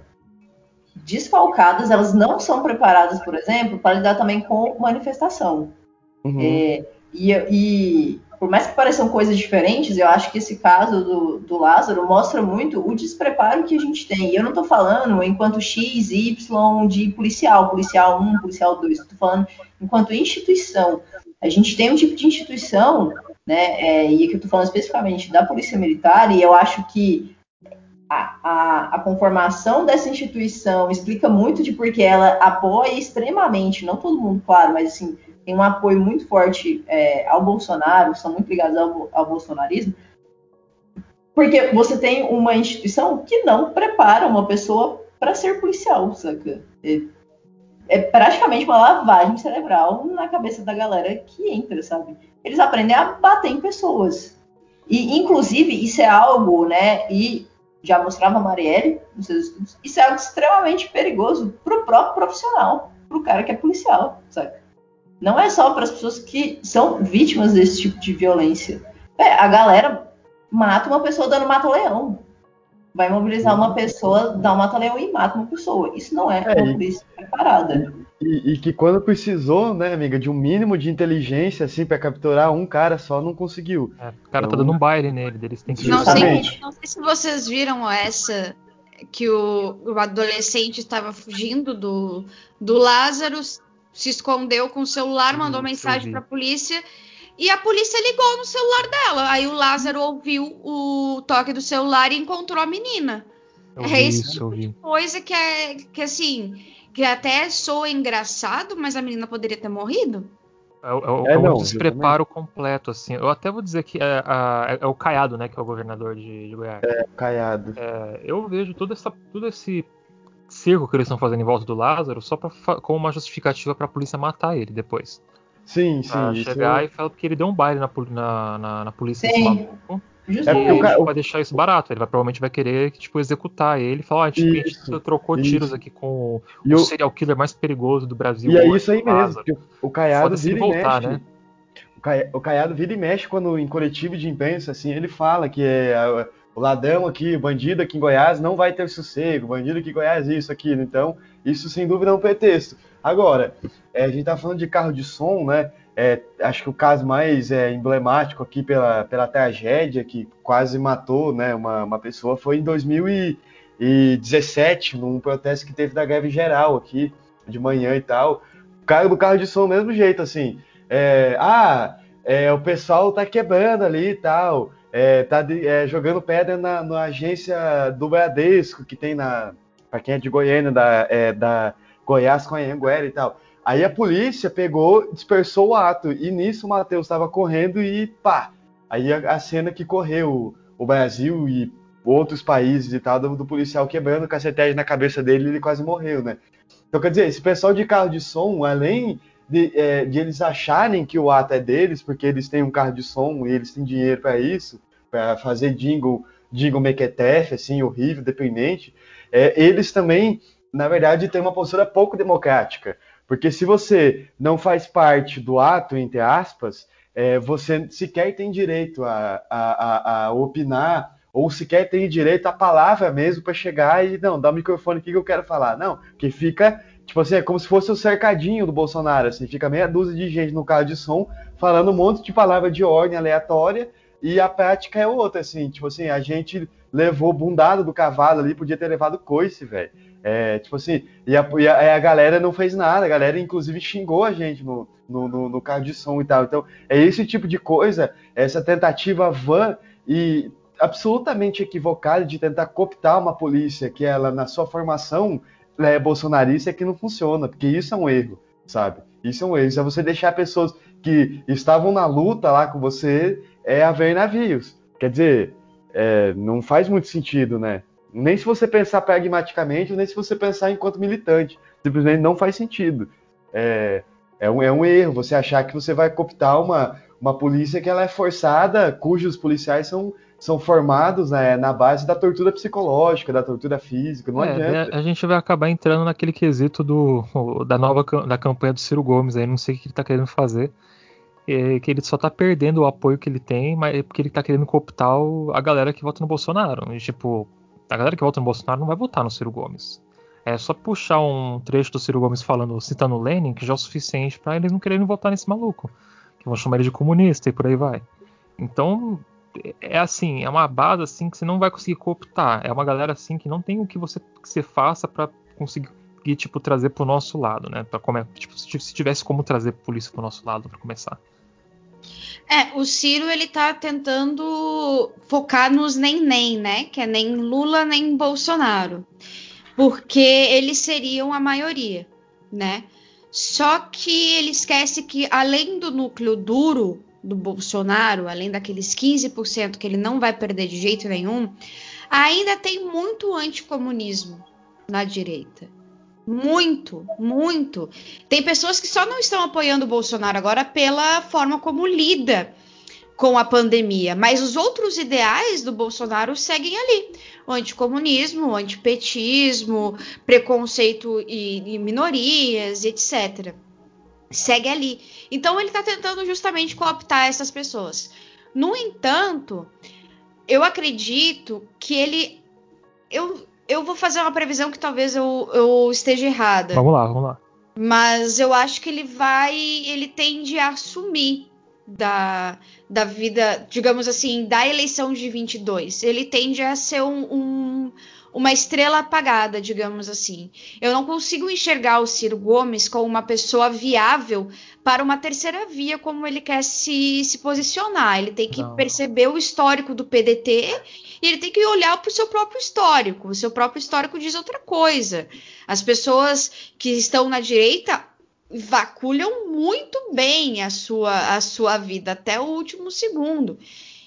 desfalcadas, elas não são preparadas, por exemplo, para lidar também com manifestação. Uhum. É, e, e por mais que pareçam coisas diferentes, eu acho que esse caso do, do Lázaro mostra muito o despreparo que a gente tem. E eu não estou falando enquanto X, Y de policial, policial um, policial dois, estou falando enquanto instituição. A gente tem um tipo de instituição, né, é, e aqui eu estou falando especificamente da Polícia Militar, e eu acho que a, a, a conformação dessa instituição explica muito de porque ela apoia extremamente, não todo mundo, claro, mas assim, tem um apoio muito forte é, ao Bolsonaro, são muito ligados ao, ao bolsonarismo, porque você tem uma instituição que não prepara uma pessoa para ser policial, saca? É, é praticamente uma lavagem cerebral na cabeça da galera que entra, sabe? Eles aprendem a bater em pessoas. E, inclusive, isso é algo, né, e já mostrava a Marielle nos seus estudos, isso é algo extremamente perigoso para o próprio profissional, para o cara que é policial, saca? Não é só para as pessoas que são vítimas desse tipo de violência. É, a galera mata uma pessoa dando mata-leão. Vai mobilizar uma pessoa, dá um mata-leão e mata uma pessoa. Isso não é, É, uma e, polícia preparada. e, e que quando precisou, né, amiga, de um mínimo de inteligência, assim, para capturar um cara só, não conseguiu. É, o cara tá Então, dando um baile nele, eles têm que Não sei, justamente. não sei se vocês viram essa que o, o adolescente estava fugindo do, do Lázaro, se escondeu com o celular, mandou Isso, eu mensagem vi. para a polícia e a polícia ligou no celular dela. Aí o Lázaro ouviu o toque do celular e encontrou a menina. Eu É vi esse isso, eu tipo de vi. coisa que é que assim, que até soa engraçado, mas a menina poderia ter morrido. É, o- é o- É, é um não, despreparo completo, assim. Eu até vou dizer que é, a- é- é o Caiado, né, que é o governador de, de Goiás. Caiado. É, eu vejo toda essa, todo esse, circo que eles estão fazendo em volta do Lázaro só pra, como uma justificativa pra polícia matar ele depois. Sim, Pra sim. chegar Isso... e falar porque ele deu um baile na, na, na, na polícia desse Sim. maluco. Justamente. É porque o E ca- tipo, o- vai deixar isso barato. Ele vai, provavelmente vai querer tipo, executar ele e falar: ah, a, gente, a gente Isso, trocou tiros isso. aqui com E, o o... serial killer mais perigoso do Brasil e é hoje, isso aí o mesmo, Lázaro. porque o Caiado Foda-se ele vira e voltar, mexe. né? O Cai- o Caiado vira e mexe quando em coletivo de imprensa, assim, ele fala que é a- o ladrão aqui, o bandido aqui em Goiás não vai ter sossego, o bandido aqui em Goiás isso, aquilo. Então, isso sem dúvida é um pretexto. Agora, é, a gente tá falando de carro de som, né? É, acho que o caso mais é, emblemático aqui pela, pela tragédia que quase matou, né, uma, uma pessoa foi em dois mil e dezessete, num protesto que teve da greve geral aqui, de manhã e tal. O cara do carro de som, do mesmo jeito, assim. É, ah, é, o pessoal tá quebrando ali e tal, é, tá de- é, jogando pedra na, na agência do Bradesco, que tem na, pra quem é de Goiânia, da, é, da Goiás com a Anhanguera e tal. Aí a polícia pegou, dispersou o ato, e nisso o Matheus estava correndo e pá! Aí a, a cena que correu o Brasil e outros países e tal, do, do policial quebrando o cacetete na cabeça dele, ele quase morreu, né? Então, quer dizer, esse pessoal de carro de som, além de, é, de eles acharem que o ato é deles, porque eles têm um carro de som e eles têm dinheiro para isso, para fazer jingle, jingle mequetefe, assim, horrível, dependente, é, eles também, na verdade, têm uma postura pouco democrática. Porque se você não faz parte do ato, entre aspas, é, você sequer tem direito a, a, a, a opinar, ou sequer tem direito à palavra mesmo para chegar e, não, dá o microfone aqui que eu quero falar. Não, que fica, tipo assim, é como se fosse o cercadinho do Bolsonaro, assim, fica meia dúzia de gente no carro de som falando um monte de palavra de ordem aleatória e a prática é outra, assim, tipo assim, a gente levou bundada do cavalo ali, podia ter levado coice, velho. É, tipo assim, e a, e a, a galera não fez nada, a galera inclusive xingou a gente no, no, no, no carro de som e tal. Então, é esse tipo de coisa, essa tentativa vã e absolutamente equivocada de tentar cooptar uma polícia que ela, na sua formação é, bolsonarista, é que não funciona, porque isso é um erro, sabe? Isso é um erro. Isso é você deixar pessoas que estavam na luta lá com você é, a ver navios. Quer dizer, é, não faz muito sentido, né? Nem se você pensar pragmaticamente, nem se você pensar enquanto militante. Simplesmente não faz sentido. É, é, um, é um erro você achar que você vai cooptar uma, uma polícia que ela é forçada, cujos policiais são, são formados né, na base da tortura psicológica, da tortura física. Não É, daí adianta. a gente vai acabar entrando naquele quesito do, da nova cam- da campanha do Ciro Gomes, aí não sei o que ele tá querendo fazer, é, que ele só tá perdendo o apoio que ele tem, mas é porque ele tá querendo cooptar o- a galera que vota no Bolsonaro. E, tipo, a galera que vota no Bolsonaro não vai votar no Ciro Gomes. É só puxar um trecho do Ciro Gomes falando, citando o Lenin, que já é o suficiente pra eles não quererem votar nesse maluco. Que vão chamar ele de comunista e por aí vai. Então, é assim, é uma base assim que você não vai conseguir cooptar. É uma galera assim que não tem o que você, que você faça pra conseguir tipo trazer pro nosso lado, né? Para como é, tipo, se tivesse como trazer polícia pro nosso lado pra começar. É, o Ciro ele tá tentando focar nos nem nem, né? Que é nem Lula nem Bolsonaro, porque eles seriam a maioria, né? Só que ele esquece que além do núcleo duro do Bolsonaro, além daqueles quinze por cento que ele não vai perder de jeito nenhum, ainda tem muito anticomunismo na direita. Muito, muito. Tem pessoas que só não estão apoiando o Bolsonaro agora pela forma como lida com a pandemia, mas os outros ideais do Bolsonaro seguem ali. O anticomunismo, o antipetismo, preconceito e, e minorias, etcétera. Segue ali. Então ele está tentando justamente cooptar essas pessoas. No entanto, eu acredito que ele... Eu, eu vou fazer uma previsão que talvez eu, eu esteja errada. Vamos lá, vamos lá. Mas eu acho que ele vai... Ele tende a assumir da, da vida, digamos assim, da eleição de vinte e dois. Ele tende a ser um, um, uma estrela apagada, digamos assim. Eu não consigo enxergar o Ciro Gomes como uma pessoa viável para uma terceira via, como ele quer se, se posicionar. Ele tem que Não, perceber o histórico do P D T e ele tem que olhar para o seu próprio histórico. O seu próprio histórico diz outra coisa. As pessoas que estão na direita vaculham muito bem a sua, a sua vida até o último segundo.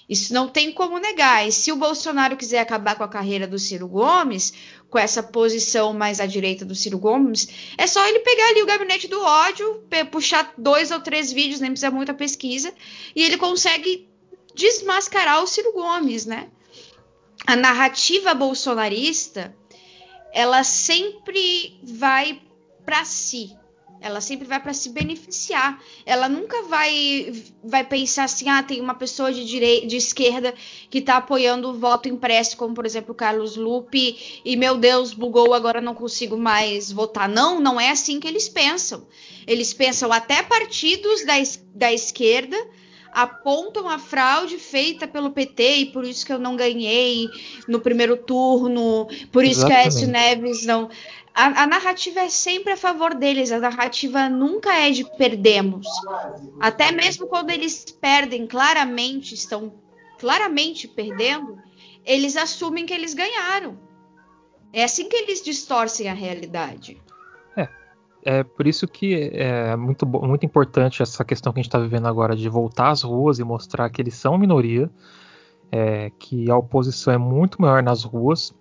Isso não tem como negar. E se o Bolsonaro quiser acabar com a carreira do Ciro Gomes, com essa posição mais à direita do Ciro Gomes, é só ele pegar ali o gabinete do ódio, puxar dois ou três vídeos, nem precisa muita pesquisa, e ele consegue desmascarar o Ciro Gomes, né? A narrativa bolsonarista, ela sempre vai para si. Ela sempre vai para se beneficiar. Ela nunca vai, vai pensar assim, ah, tem uma pessoa de, direita, de esquerda que está apoiando o voto impresso, como, por exemplo, o Carlos Lupe, e, meu Deus, bugou, agora não consigo mais votar. Não, não é assim que eles pensam. Eles pensam até partidos da, da esquerda apontam a fraude feita pelo P T e por isso que eu não ganhei no primeiro turno, por isso Exatamente. que a Aécio Neves não... A, a narrativa é sempre a favor deles, a narrativa nunca é de perdemos. Até mesmo quando eles perdem claramente, estão claramente perdendo, eles assumem que eles ganharam. É assim que eles distorcem a realidade. É, é por isso que é muito, muito importante essa questão que a gente está vivendo agora de voltar às ruas e mostrar que eles são minoria, é, que a oposição é muito maior nas ruas,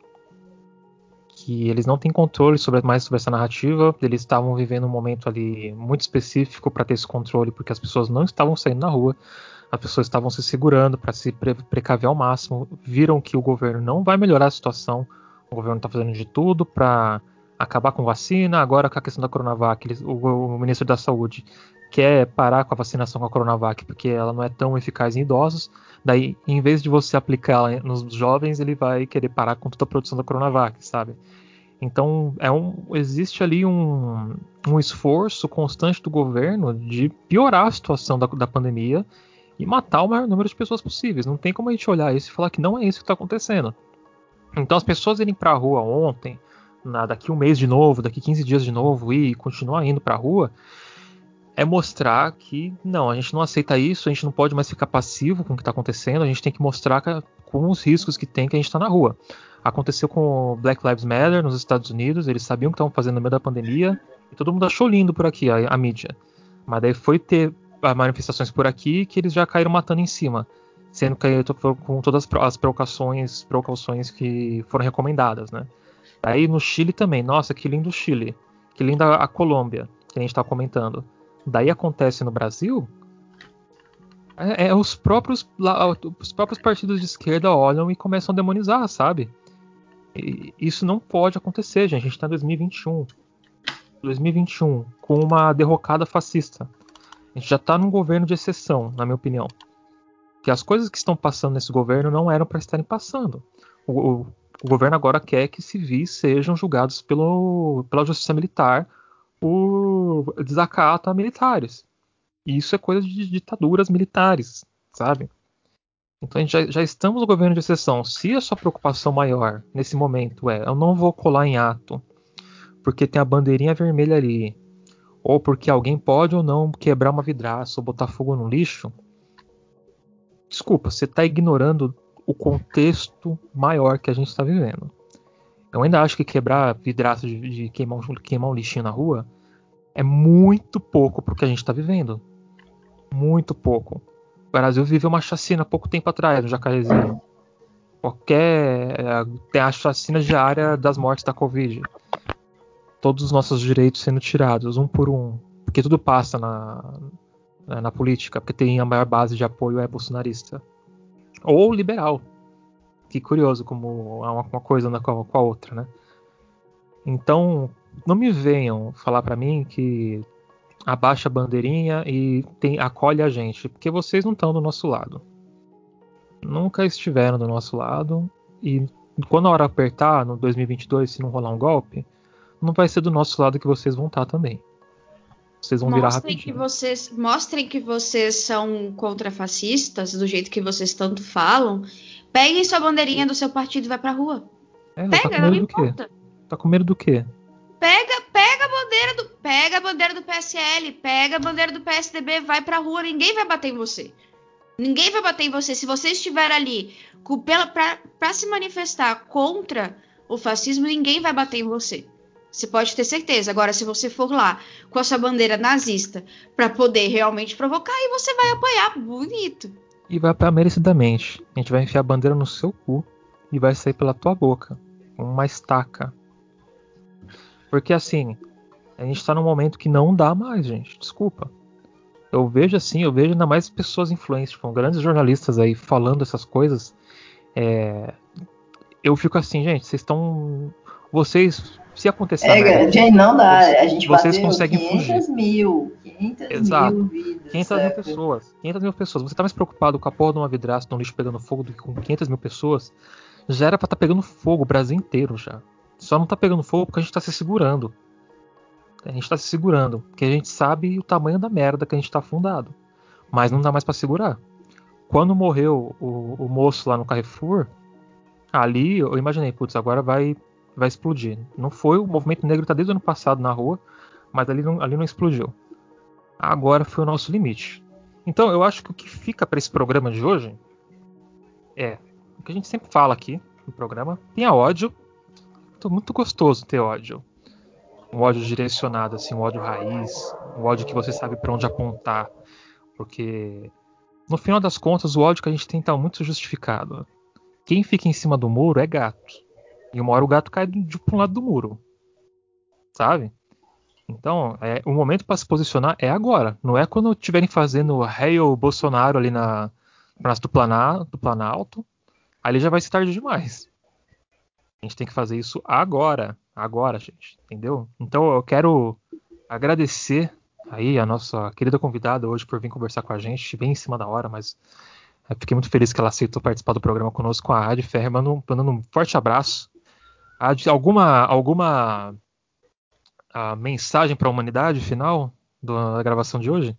que eles não têm controle sobre, mais sobre essa narrativa, eles estavam vivendo um momento ali muito específico para ter esse controle, porque as pessoas não estavam saindo na rua, as pessoas estavam se segurando para se pre- precaver ao máximo, viram que o governo não vai melhorar a situação, o governo está fazendo de tudo para acabar com vacina, agora com a questão da Coronavac, eles, o, o ministro da Saúde quer parar com a vacinação com a Coronavac, porque ela não é tão eficaz em idosos, daí, em vez de você aplicar nos jovens, ele vai querer parar com toda a produção da Coronavac, sabe? Então, é um, existe ali um, um esforço constante do governo de piorar a situação da, da pandemia e matar o maior número de pessoas possíveis. Não tem como a gente olhar isso e falar que não é isso que está acontecendo. Então, as pessoas irem para a rua ontem, na, daqui um mês de novo, daqui quinze dias de novo, e continuar indo para a rua, é mostrar que não, a gente não aceita isso, a gente não pode mais ficar passivo com o que está acontecendo, a gente tem que mostrar que, com os riscos que tem que a gente está na rua. Aconteceu com o Black Lives Matter nos Estados Unidos, eles sabiam o que estavam fazendo no meio da pandemia, e todo mundo achou lindo por aqui, a, a mídia. Mas daí foi ter manifestações por aqui que eles já caíram matando em cima, sendo que com todas as precauções, precauções que foram recomendadas, né? Aí no Chile também, nossa, que lindo o Chile, que linda a Colômbia, que a gente estava comentando. Daí acontece no Brasil, é, é os, próprios, os próprios partidos de esquerda olham e começam a demonizar, sabe? E isso não pode acontecer, gente. A gente está em dois mil e vinte e um. dois mil e vinte e um, com uma derrocada fascista. A gente já está num governo de exceção, na minha opinião. Que as coisas que estão passando nesse governo não eram para estarem passando. O, o, o governo agora quer que civis sejam julgados pelo, pela justiça militar por desacato a militares. E isso é coisa de ditaduras militares, sabe? Então a gente já, já estamos no governo de exceção. Se a sua preocupação maior nesse momento é eu não vou colar em ato porque tem a bandeirinha vermelha ali, ou porque alguém pode ou não quebrar uma vidraça ou botar fogo no lixo, desculpa, você está ignorando o contexto maior que a gente está vivendo. Eu ainda acho que quebrar vidraça de, de queimar, um, queimar um lixinho na rua é muito pouco pro que a gente está vivendo. Muito pouco. O Brasil viveu uma chacina há pouco tempo atrás, no Jacarezinho. Qualquer... Tem a chacina diária das mortes da Covid. Todos os nossos direitos sendo tirados, um por um. Porque tudo passa na, na política, porque tem a maior base de apoio é bolsonarista. Ou liberal. Que curioso como há uma coisa com a outra, né? Então, não me venham falar pra mim que abaixa a bandeirinha e tem, acolhe a gente, porque vocês não estão do nosso lado. Nunca estiveram do nosso lado, e quando a hora apertar, no dois mil e vinte e dois, se não rolar um golpe, não vai ser do nosso lado que vocês vão estar também. Vocês vão mostrem virar rapidinho. Que vocês, mostrem que vocês são contrafascistas, do jeito que vocês tanto falam. Peguem sua bandeirinha do seu partido e vai pra rua. É, Pega, tá com não medo me do importa. quê? Tá com medo do quê? Pega, pega a bandeira do, pega a bandeira do P S L, pega a bandeira do P S D B, vai pra rua, ninguém vai bater em você. Ninguém vai bater em você. Se você estiver ali para se manifestar contra o fascismo, ninguém vai bater em você. Você pode ter certeza. Agora, se você for lá com a sua bandeira nazista para poder realmente provocar, aí você vai apanhar bonito. e vai apanhar merecidamente. A gente vai enfiar a bandeira no seu cu e vai sair pela tua boca, com uma estaca. Porque assim, a gente tá num momento que não dá mais, gente. Desculpa. Eu vejo assim, eu vejo ainda mais pessoas influentes, tipo, grandes jornalistas aí falando essas coisas. É... Eu fico assim, gente, vocês estão... Vocês, se acontecer a merda É, aqui, gente, não dá. A gente vocês bateu conseguem quinhentas fugir. mil. quinhentas Exato. mil vidas. quinhentas mil saca? pessoas. quinhentas mil pessoas. Você tá mais preocupado com a porra de uma vidraça de um lixo pegando fogo do que com quinhentas mil pessoas? Já era pra tá pegando fogo o Brasil inteiro já. Só não tá pegando fogo porque a gente tá se segurando. A gente tá se segurando. Porque a gente sabe o tamanho da merda que a gente tá afundado. Mas não dá mais pra segurar. Quando morreu o, o moço lá no Carrefour, ali eu imaginei, putz, agora vai, vai explodir. Não foi, o movimento negro tá desde o ano passado na rua, mas ali não, ali não explodiu. Agora foi o nosso limite. Então eu acho que o que fica para esse programa de hoje é o que a gente sempre fala aqui no programa. Tenha ódio. Tô muito gostoso ter ódio. Um ódio direcionado, assim, um ódio raiz, um ódio que você sabe para onde apontar. Porque no final das contas o ódio que a gente tem tá muito justificado. Quem fica em cima do muro é gato. E uma hora o gato cai de, de um lado do muro. Sabe? Então, é, o momento para se posicionar é agora. Não é quando estiverem fazendo Hail Bolsonaro ali na Praça do, Plana, do Planalto. Ali já vai ser tarde demais. A gente tem que fazer isso agora. Agora, gente. Entendeu? Então eu quero agradecer aí a nossa querida convidada hoje por vir conversar com a gente. Bem em cima da hora, mas eu fiquei muito feliz que ela aceitou participar do programa conosco, a Adi Ferrer. Mandando um forte abraço. Adi, alguma... alguma a mensagem para a humanidade final da gravação de hoje?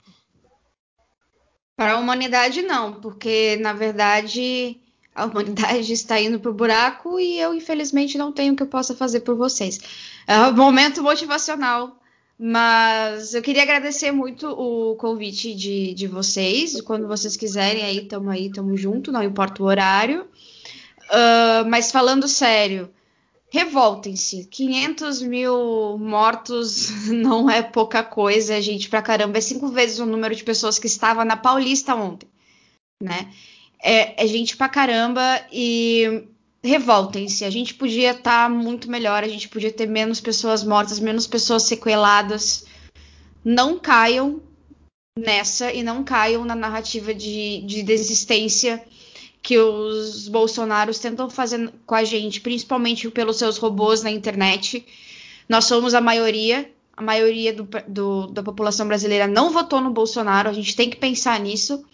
Para a humanidade, não, porque na verdade a humanidade está indo pro buraco e eu, infelizmente, não tenho o que eu possa fazer por vocês. É um momento motivacional, mas eu queria agradecer muito o convite de, de vocês. Quando vocês quiserem, aí tamo aí, tamo junto, não importa o horário. Uh, mas falando sério, revoltem-se. quinhentos mil mortos não é pouca coisa, gente, pra caramba. É cinco vezes o número de pessoas que estava na Paulista ontem, né? É, é gente pra caramba e revoltem-se. A gente podia estar tá muito melhor, a gente podia ter menos pessoas mortas, menos pessoas sequeladas. Não caiam nessa e não caiam na narrativa de, de desistência que os bolsonaros tentam fazer com a gente, principalmente pelos seus robôs na internet. Nós somos a maioria, a maioria do, do, da população brasileira não votou no Bolsonaro, a gente tem que pensar nisso.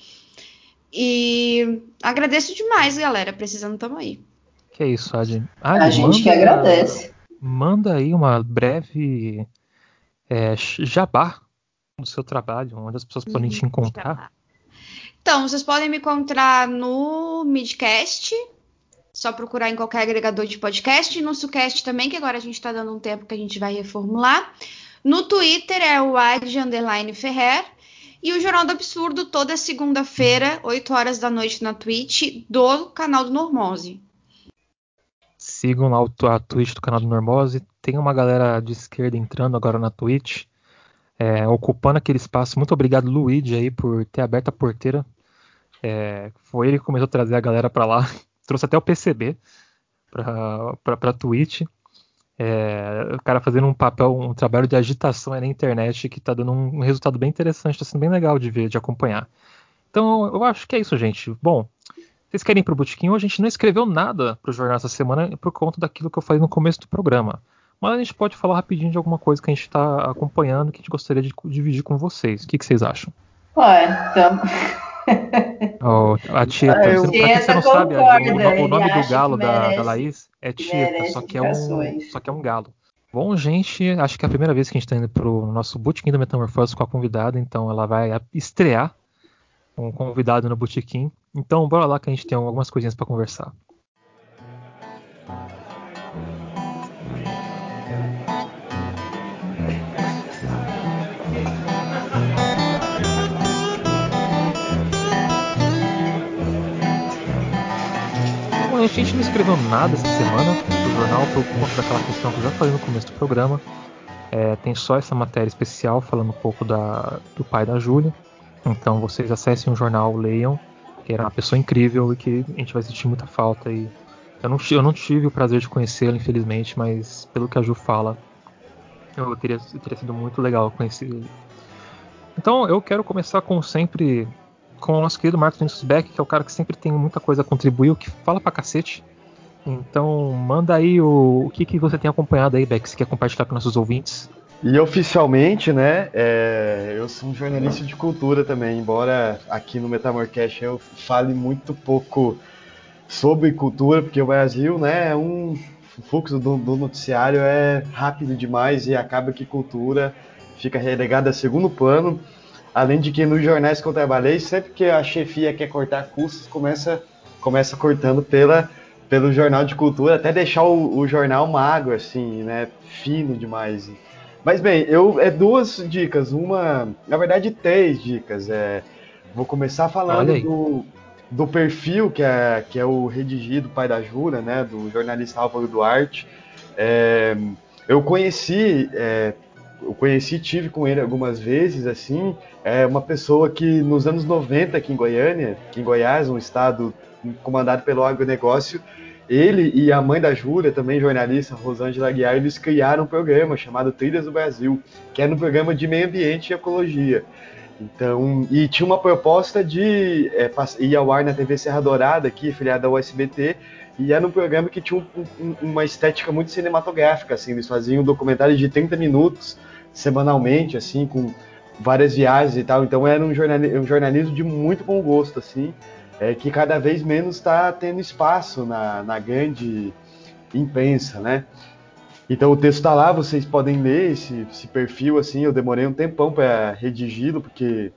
E agradeço demais, galera, precisando, tamo aí. Que é isso, Adi. Adi, A gente manda, que agradece. Manda aí uma breve é, jabá do seu trabalho, onde as pessoas podem te encontrar. Então, vocês podem me encontrar no Midcast, só procurar em qualquer agregador de podcast, e no Sucast também, que agora a gente tá dando um tempo que a gente vai reformular. No Twitter é o Adi Underline Ferrer. E o Jornal do Absurdo, toda segunda-feira, oito horas da noite na Twitch, do canal do Normose. Sigam lá a Twitch do canal do Normose. Tem uma galera de esquerda entrando agora na Twitch, é, ocupando aquele espaço. Muito obrigado, Luigi, aí, por ter aberto a porteira. É, foi ele que começou a trazer a galera pra lá. Trouxe até o P C B pra, pra, pra Twitch. É, o cara fazendo um papel, um trabalho de agitação aí na internet que tá dando um, um resultado bem interessante, tá sendo bem legal de ver, de acompanhar. Então eu acho que é isso, gente. Bom, vocês querem ir pro Botequim? A gente não escreveu nada pro jornal essa semana por conta daquilo que eu falei no começo do programa. Mas a gente pode falar rapidinho de alguma coisa que a gente tá acompanhando que a gente gostaria de dividir com vocês. O que, que vocês acham? Ué, então. Oh, a Tieta, Ah, você, o pra quem você não Tieta sabe, o, o, o concorda, nome ele do acha galo que da, da merece, Laís é que Tieta, merece só que é, um, indicações. só que é um galo. Bom, gente, acho que é a primeira vez que a gente tá indo pro nosso Botequim da Metamorfose com a convidada, então ela vai estrear um convidado no Botequim. Então bora lá que a gente tem algumas coisinhas pra conversar. Bom, a gente não escreveu nada essa semana pro jornal por conta daquela questão que eu já falei no começo do programa. É, tem só essa matéria especial falando um pouco da, do pai da Júlia. Então vocês acessem o jornal, leiam. que era uma pessoa incrível e que a gente vai sentir muita falta. E eu não, eu não tive o prazer de conhecê-lo, infelizmente, mas pelo que a Ju fala, eu teria, teria sido muito legal conhecer ele. Então eu quero começar, como sempre, com o nosso querido Marcos Vinícius Beck, que é o cara que sempre tem muita coisa a contribuir, o que fala pra cacete. Então manda aí o, o que, que você tem acompanhado aí, Beck, se quer compartilhar com nossos ouvintes. E oficialmente, né, é, eu sou um jornalista de cultura também, embora aqui no Metamorcast eu fale muito pouco sobre cultura, porque o Brasil, né, é um o fluxo do, do noticiário é rápido demais e acaba que cultura fica relegada a segundo plano, além de que nos jornais que eu trabalhei, sempre que a chefia quer cortar custos, começa, começa cortando pela, pelo jornal de cultura, até deixar o, o jornal magro, assim, né, fino demais. Mas bem, eu é duas dicas, uma, na verdade três dicas. É, vou começar falando do, do perfil que é, que é o Redigido, pai da Júlia, né, do jornalista Álvaro Duarte. É, eu conheci, é, eu conheci, tive com ele algumas vezes, assim, é uma pessoa que nos anos noventa aqui em Goiânia, aqui em Goiás, um estado comandado pelo agronegócio, ele e a mãe da Júlia, também jornalista, Rosângela Aguiar, eles criaram um programa chamado Trilhas do Brasil, que era um programa de meio ambiente e ecologia. Então, e tinha uma proposta de é, ir ao ar na T V Serra Dourada, aqui, filiada ao S B T, e era um programa que tinha um, um, uma estética muito cinematográfica, assim, eles faziam um documentário de trinta minutos semanalmente, assim, com várias viagens e tal, então era um, jornal, um jornalismo de muito bom gosto, assim, é, que cada vez menos está tendo espaço na, na grande imprensa, né? Então o texto está lá, vocês podem ler esse, esse perfil, assim, eu demorei um tempão para redigi-lo, porque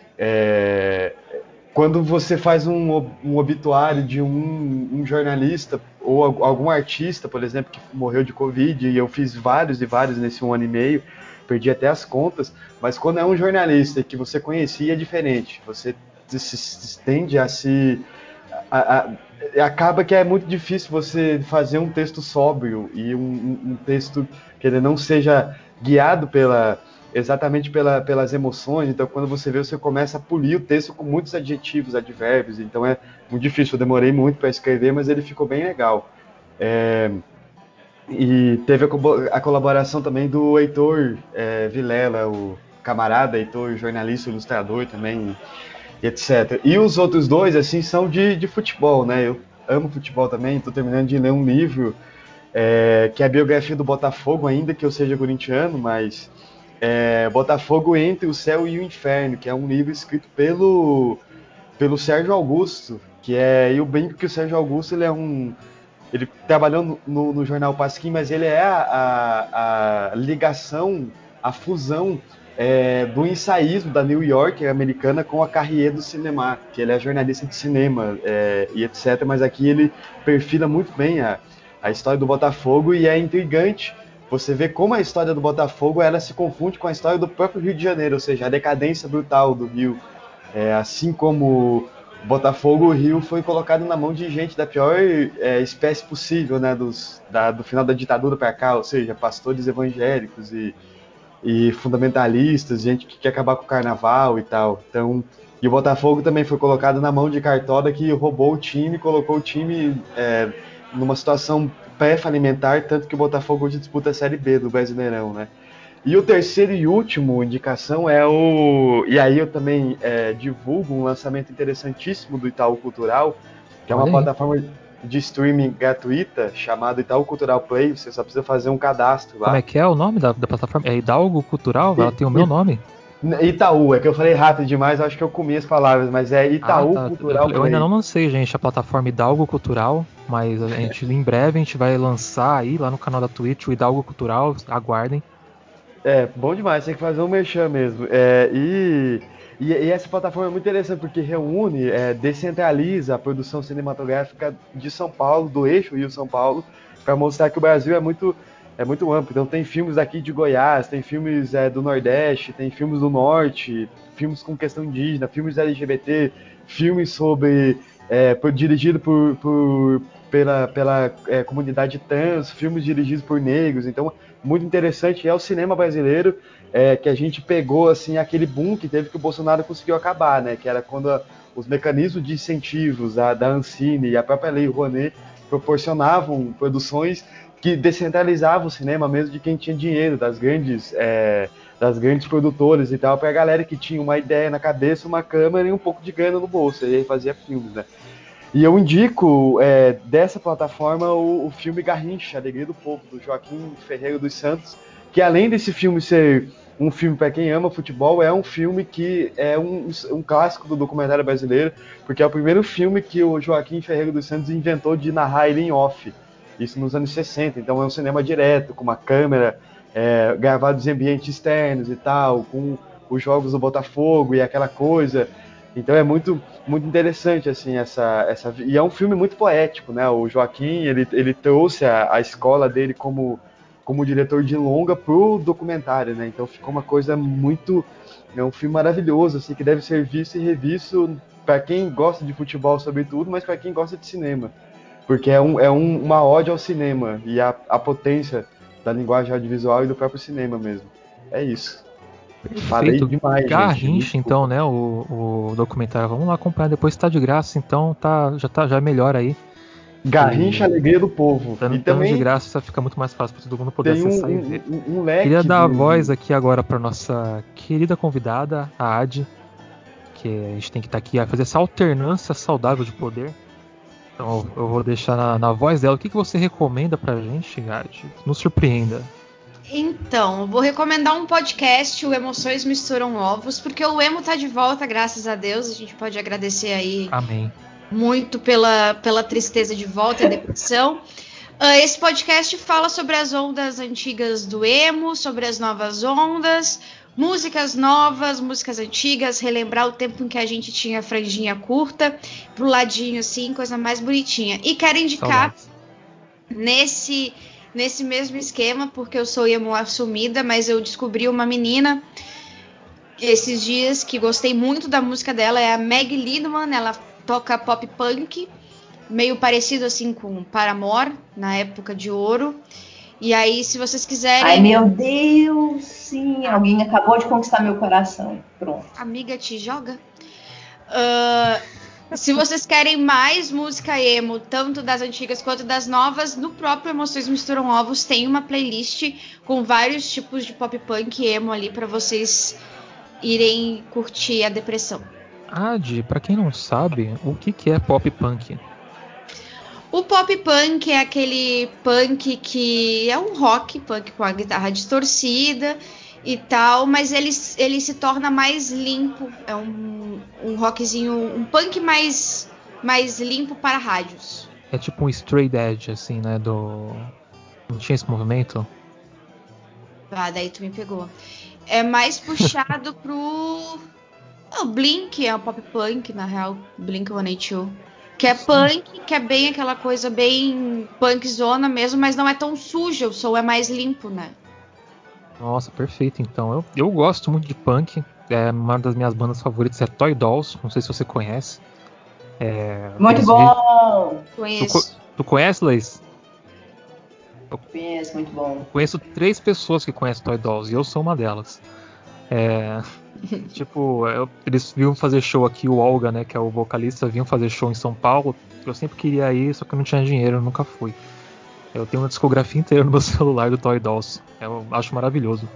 é, quando você faz um, um obituário de um, um jornalista ou algum artista, por exemplo, que morreu de Covid, e eu fiz vários e vários nesse um ano e meio, perdi até as contas, mas quando é um jornalista que você conhecia é diferente, você se, se tende a se... A, a, acaba que é muito difícil você fazer um texto sóbrio e um, um, um texto que ele não seja guiado pela... exatamente pela, pelas emoções, então quando você vê, você começa a polir o texto com muitos adjetivos, advérbios, então é muito difícil, eu demorei muito para escrever, mas ele ficou bem legal. É, e teve a, a colaboração também do Heitor é, Vilela, o camarada Heitor, jornalista, ilustrador também, e etcétera. E os outros dois, assim, são de, de futebol, né, eu amo futebol também, estou terminando de ler um livro é, que é a biografia do Botafogo, ainda que eu seja corintiano, mas... É, Botafogo Entre o Céu e o Inferno, que é um livro escrito pelo, pelo Sérgio Augusto, que é, eu brinco que o Sérgio Augusto ele é um, ele trabalhou no, no, no jornal Pasquim, mas ele é a, a, a ligação, a fusão é, do ensaísmo da New York americana com a Carrier do cinema, que ele é jornalista de cinema é, e etcétera, mas aqui ele perfila muito bem a, a história do Botafogo e é intrigante você vê como a história do Botafogo ela se confunde com a história do próprio Rio de Janeiro, ou seja, a decadência brutal do Rio. É, assim como o Botafogo, o Rio foi colocado na mão de gente da pior é, espécie possível, né, dos, da, do final da ditadura para cá, ou seja, pastores evangélicos e, e fundamentalistas, gente que quer acabar com o carnaval e tal. Então, e o Botafogo também foi colocado na mão de cartola que roubou o time, colocou o time é, numa situação pré-falimentar, tanto que o Botafogo hoje disputa a Série B do Brasileirão, né? E o terceiro e último indicação é o... E aí eu também é, divulgo um lançamento interessantíssimo do Itaú Cultural, que é uma plataforma de streaming gratuita chamada Itaú Cultural Play. Você só precisa fazer um cadastro lá. Como é que é o nome da, da plataforma? É Hidalgo Cultural? Ela tem o meu nome? Itaú, é que eu falei rápido demais, acho que eu comi as palavras, mas é Itaú ah, tá. Cultural eu, eu ainda não lancei, gente, a plataforma Hidalgo Cultural, mas a gente, em breve a gente vai lançar aí lá no canal da Twitch o Hidalgo Cultural, aguardem. É, bom demais, tem que fazer um merchan mesmo. É, e, e, e essa plataforma é muito interessante porque reúne, é, descentraliza a produção cinematográfica de São Paulo, do eixo Rio-São Paulo, para mostrar que o Brasil é muito, é muito amplo. Então tem filmes aqui de Goiás, tem filmes é, do Nordeste, tem filmes do Norte, filmes com questão indígena, filmes L G B T, filmes sobre... É, por, dirigido por, por, pela, pela é, comunidade trans, filmes dirigidos por negros. Então, muito interessante. É o cinema brasileiro é, que a gente pegou assim aquele boom que teve que o Bolsonaro conseguiu acabar, né? Que era quando a, os mecanismos de incentivos da, da Ancine e a própria Lei Rouanet proporcionavam produções que descentralizavam o cinema mesmo de quem tinha dinheiro, das grandes, é, das grandes produtoras e tal, para a galera que tinha uma ideia na cabeça, uma câmera e um pouco de grana no bolso, e aí fazia filmes, né? E eu indico é, dessa plataforma o, o filme Garrincha, Alegria do Povo, do Joaquim Ferreira dos Santos, que além desse filme ser um filme para quem ama futebol, é um filme que é um, um clássico do documentário brasileiro, porque é o primeiro filme que o Joaquim Ferreira dos Santos inventou de narrar ele em off, isso nos anos sessenta, então é um cinema direto, com uma câmera é, gravada em ambientes externos e tal, com os jogos do Botafogo e aquela coisa. Então é muito, muito interessante, assim, essa, essa... E é um filme muito poético, né? O Joaquim, ele, ele trouxe a, a escola dele como, como diretor de longa pro documentário, né? Então ficou uma coisa muito... É um filme maravilhoso, assim, que deve ser visto e revisto para quem gosta de futebol, sobretudo, mas para quem gosta de cinema. Porque é, um, é um, uma ode ao cinema e a, a potência da linguagem audiovisual e do próprio cinema mesmo. É isso. Falei Perfeito. demais, gente. Garrincha, então, né? O, o documentário. Vamos lá acompanhar. Depois tá de graça, então tá, já, tá, já é melhor aí. Garrincha, E Alegria do Povo. dando, E dando de também graça fica muito mais fácil para todo mundo poder tem um, acessar e ver. um, um, um leque Queria dar a de... voz aqui agora para nossa querida convidada, a Adi, que a gente tem que estar aqui a fazer essa alternância saudável de poder. Então eu vou deixar na, na voz dela. O que, que você recomenda pra gente, Adi? Nos surpreenda. Então, eu vou recomendar um podcast, o Emoções Misturam Ovos, porque o emo tá de volta, graças a Deus. A gente pode agradecer aí Amém. muito pela, pela tristeza de volta e a depressão. Uh, esse podcast fala sobre as ondas antigas do emo, sobre as novas ondas, músicas novas, músicas antigas, relembrar o tempo em que a gente tinha franjinha curta, pro ladinho assim, coisa mais bonitinha. E quero indicar Saudades. nesse... Nesse mesmo esquema, porque eu sou emo assumida, mas eu descobri uma menina esses dias que gostei muito da música dela, é a Meg Lidman, ela toca pop punk, meio parecido assim com Paramore, na época de ouro. E aí, se vocês quiserem... Ai, meu Deus, sim, alguém acabou de conquistar meu coração. Pronto. Amiga, te joga. Uh... Se vocês querem mais música emo, tanto das antigas quanto das novas, no próprio Emoções Misturam Ovos tem uma playlist com vários tipos de pop punk emo ali para vocês irem curtir a depressão. Adi, pra quem não sabe, o que, que é pop punk? O pop punk é aquele punk que é um rock, punk com a guitarra distorcida e tal, mas ele, ele se torna mais limpo, é um, um rockzinho, um punk mais, mais limpo para rádios. É tipo um straight edge, assim, né? Do. Não tinha esse movimento? Ah, daí tu me pegou. É mais puxado pro. O Blink é um pop punk, na real. Blink cento e oitenta e dois. Que é punk, que é bem aquela coisa bem punkzona mesmo, mas não é tão suja, o som é mais limpo, né? Nossa, perfeito. Então, eu, eu gosto muito de punk. É, uma das minhas bandas favoritas é Toy Dolls. Não sei se você conhece. É, Muito bom! Tu, Conheço. tu conhece, Laís? Conheço, muito bom. Eu conheço três pessoas que conhecem Toy Dolls e eu sou uma delas. É, tipo, eu, eles vinham fazer show aqui, o Olga, né, que é o vocalista, vinham fazer show em São Paulo. Eu sempre queria ir, só que eu não tinha dinheiro, eu nunca fui. Eu tenho uma discografia inteira no meu celular do Toy Dolls. Eu acho maravilhoso.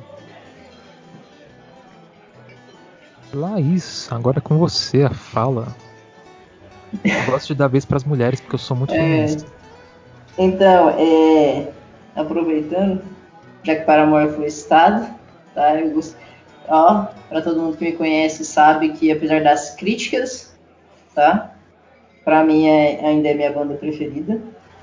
Laís, agora é com você a fala. Eu gosto de dar vez para as mulheres porque eu sou muito É, feminista. então, é, aproveitando, já que Paramore foi citado, tá? Eu gost... Ó, para todo mundo que me conhece sabe que apesar das críticas, tá? Para mim é, ainda é minha banda preferida.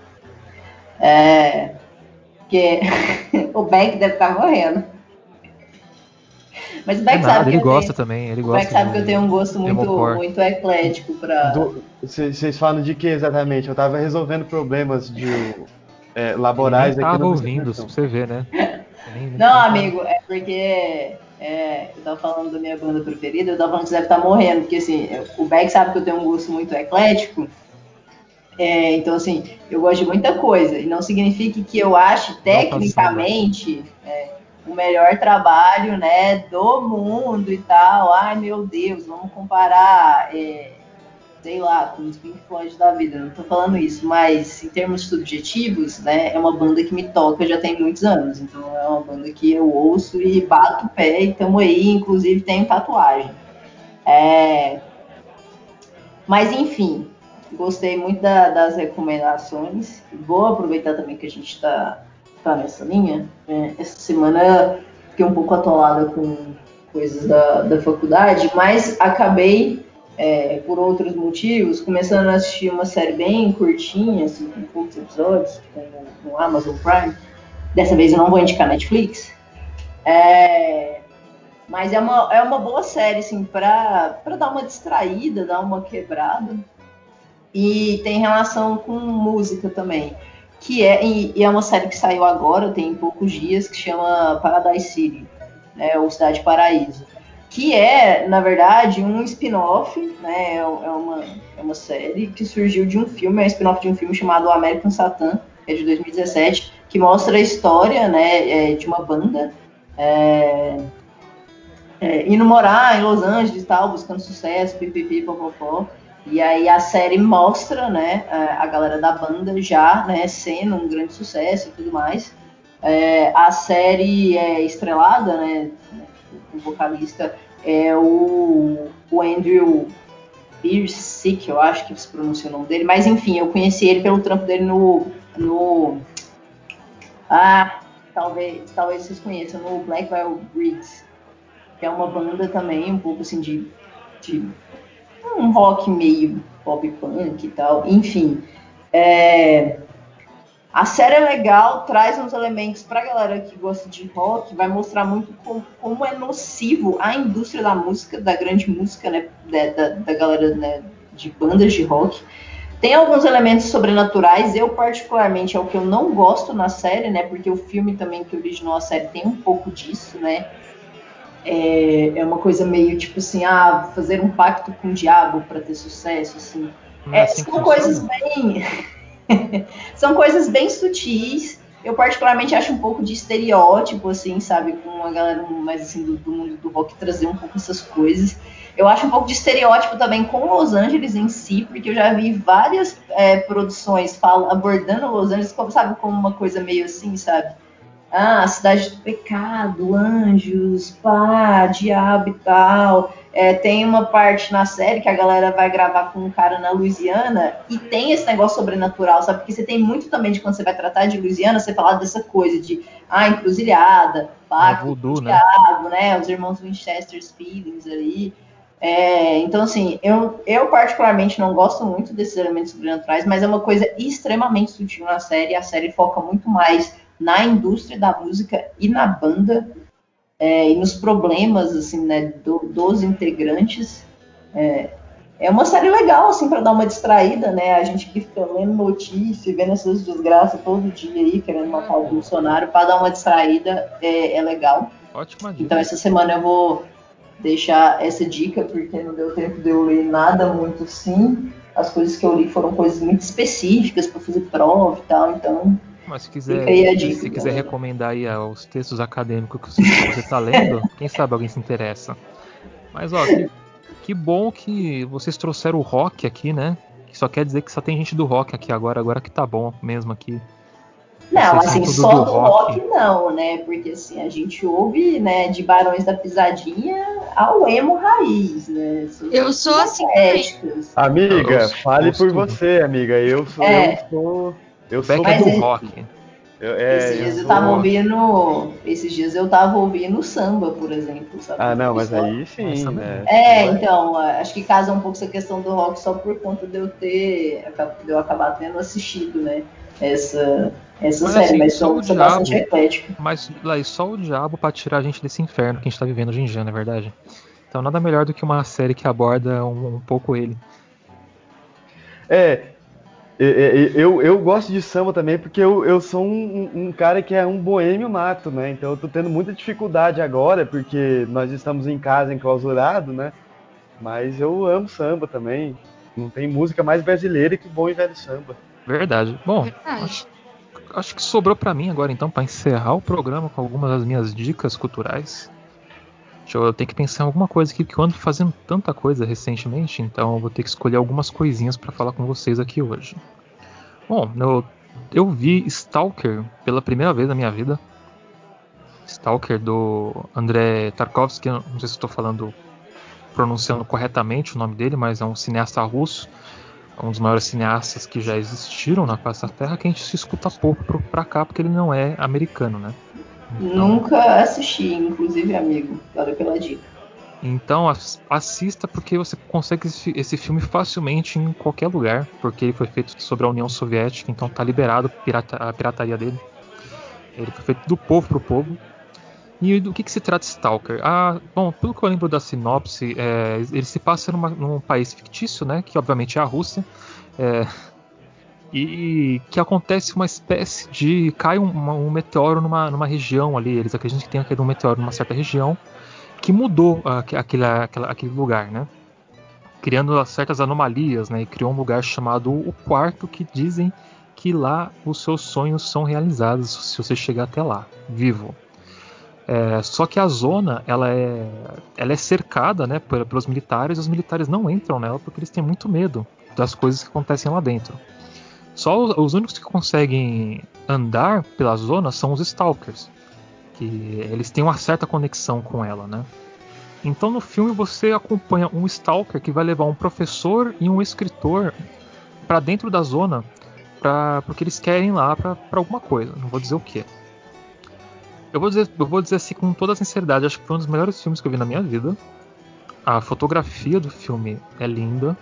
É, que o Beck deve estar morrendo. Mas o Beck É sabe nada, que ele eu gosta tenho, também, ele o Beck gosta sabe que eu tenho um de gosto muito, emocore. muito eclético para. Vocês falam de que exatamente? Eu tava resolvendo problemas de, é, Ele nem laborais aqui tava no ouvindo, pra Constituição. você ver, né? Ele nem, nem, Não, nem amigo, é porque é, eu tava falando da minha banda preferida, eu tava falando que você deve estar morrendo, porque assim, o Beck sabe que eu tenho um gosto muito eclético, é, então assim, eu gosto de muita coisa, e não significa que eu ache Exalta samba. tecnicamente é, o melhor trabalho, né, do mundo e tal. Ai, meu Deus, vamos comparar é, sei lá, com os Pink Floyd da vida, não tô falando isso, mas em termos subjetivos, né, é uma banda que me toca já tem muitos anos, então é uma banda que eu ouço e bato o pé e tamo aí, inclusive tem tatuagem. É... Mas enfim, gostei muito da, das recomendações, vou aproveitar também que a gente tá, tá nessa linha, é, essa semana fiquei um pouco atolada com coisas da, da faculdade, mas acabei É, por outros motivos, começando a assistir uma série bem curtinha, assim, com poucos episódios, no, no Amazon Prime. Dessa vez eu não vou indicar Netflix. É, mas é uma, é uma boa série, assim, pra, pra dar uma distraída, dar uma quebrada. E tem relação com música também. Que é, e, e é uma série que saiu agora, tem poucos dias, que chama Paradise City, né, ou Cidade Paraíso. Que é, na verdade, um spin-off, né? É uma, é uma série que surgiu de um filme, é um spin-off de um filme chamado American Satan, que é de dois mil e dezessete, que mostra a história, né, de uma banda é, é, indo morar em Los Angeles e tal, buscando sucesso, pipipi, popopó. E aí a série mostra, né, a galera da banda já, né, sendo um grande sucesso e tudo mais. É, a série é estrelada, né, o vocalista é o, o Andrew Biersick, eu acho que se pronuncia o nome dele, mas enfim, eu conheci ele pelo trampo dele no, no ah, talvez, talvez vocês conheçam, no Black Veil Brides, que é uma banda também um pouco assim de, de um rock meio pop punk e tal, enfim, é, a série é legal, traz uns elementos pra galera que gosta de rock, vai mostrar muito como, como é nocivo a indústria da música, da grande música, né, da, da, da galera, né, de bandas de rock. Tem alguns elementos sobrenaturais, eu particularmente é o que eu não gosto na série, né, porque o filme também que originou a série tem um pouco disso, né, é, é uma coisa meio tipo assim, ah, fazer um pacto com o diabo pra ter sucesso, assim. Não é É, assim que são funciona? coisas bem... São coisas bem sutis. Eu particularmente acho um pouco de estereótipo, assim, sabe? Com a galera mais assim do, do mundo do rock trazer um pouco essas coisas. Eu acho um pouco de estereótipo também com Los Angeles em si, porque eu já vi várias é, produções fala, abordando Los Angeles, como, sabe, como uma coisa meio assim, sabe? Ah, cidade do pecado, anjos, pá, diabo e tal. É, tem uma parte na série que a galera vai gravar com um cara na Louisiana e tem esse negócio sobrenatural, sabe? Porque você tem muito também de quando você vai tratar de Louisiana, você falar dessa coisa de, ah, encruzilhada, pacto, voodoo, né? diabo, né? Os irmãos Winchester's Feelings ali. É, então, assim, eu, eu particularmente não gosto muito desses elementos sobrenaturais, mas é uma coisa extremamente sutil na série. A série foca muito mais na indústria da música e na banda, é, e nos problemas, assim, né, do, dos integrantes. É, é uma série legal, assim, para dar uma distraída, né? A gente que fica lendo notícia, vendo essas desgraças todo dia aí, querendo matar o Bolsonaro, para dar uma distraída é, é legal. Ótima dica. Então, essa semana eu vou deixar essa dica, porque não deu tempo de eu ler nada muito assim. As coisas que eu li foram coisas muito específicas para fazer prova e tal, então Mas se fica quiser, aí a dica. se quiser galera. recomendar aí ah, os textos acadêmicos que você está lendo, quem sabe alguém se interessa. Mas ó, que, que bom que vocês trouxeram o rock aqui, né? Que só quer dizer que só tem gente do rock aqui agora, agora que tá bom mesmo aqui. Não, Vocês são assim, tudo só do do rock. rock não, né? Porque assim, a gente ouve, né, de Barões da Pisadinha ao emo raiz, né? São Eu sou assim também. ecléticas. Amiga, Ouço- fale ouço por tudo. você, amiga. Eu sou, eu É, sou, eu O Beck sou é Mas do é- rock. eu, é, esses eu dias eu tava sou. ouvindo. Esses dias eu tava ouvindo samba, por exemplo, sabe? Ah, não, mas Isso, ó. aí Mas sim, também. né? É, Ué. então, acho que casa um pouco essa questão do rock só por conta de eu ter, de eu acabar tendo assistido, né, essa, essa Mas série, assim, mas só sou, o sou bastante diabo. eclético. Mas lá, só o diabo pra tirar a gente desse inferno que a gente tá vivendo hoje em dia, não é verdade? Então nada melhor do que uma série que aborda um, um pouco ele. É, é, é, eu, eu gosto de samba também porque eu, eu sou um, um- um cara que é um boêmio nato, né? Então eu tô tendo muita dificuldade agora porque nós estamos em casa enclausurado, né? Mas eu amo samba também. Não tem música mais brasileira que o bom e velho samba. Verdade. Bom, Verdade. acho, acho que sobrou pra mim agora então pra encerrar o programa com algumas das minhas dicas culturais. eu tenho que pensar em alguma coisa aqui, porque eu ando fazendo tanta coisa recentemente, então eu vou ter que escolher algumas coisinhas para falar com vocês aqui hoje. Bom, eu, eu vi Stalker pela primeira vez na minha vida. Stalker do Andrei Tarkovsky, não sei se estou falando, pronunciando corretamente o nome dele, mas é um cineasta russo, um dos maiores cineastas que já existiram na face da Terra, que a gente se escuta pouco pra cá, porque ele não é americano, né? Então, nunca assisti, inclusive, amigo. Valeu pela dica. Então assista, porque você consegue esse, esse filme facilmente em qualquer lugar, porque ele foi feito sobre a União Soviética, então tá liberado pirata, a pirataria dele. Ele foi feito do povo pro povo. E do que, que se trata Stalker? Ah, bom, pelo que eu lembro da sinopse, é, ele se passa numa, num país fictício, né, que obviamente é a Rússia, é, e que acontece uma espécie de... cai um, um meteoro numa, numa região ali, eles acreditam que tenha caído um meteoro numa certa região, que mudou uh, aquele, aquela, aquele lugar, né, criando certas anomalias, né, e criou um lugar chamado O Quarto, que dizem que lá os seus sonhos são realizados se você chegar até lá, vivo. É, só que a zona ela é, ela é cercada, né, por, pelos militares, e os militares não entram nela porque eles têm muito medo das coisas que acontecem lá dentro. Só os, os únicos que conseguem andar pela zona são os Stalkers, que eles têm uma certa conexão com ela, né? Então no filme você acompanha um Stalker que vai levar um professor e um escritor para dentro da zona, pra, porque eles querem ir lá para alguma coisa, não vou dizer o que. Eu vou, dizer, eu vou dizer assim com toda a sinceridade, acho que foi um dos melhores filmes que eu vi na minha vida. A fotografia do filme é linda.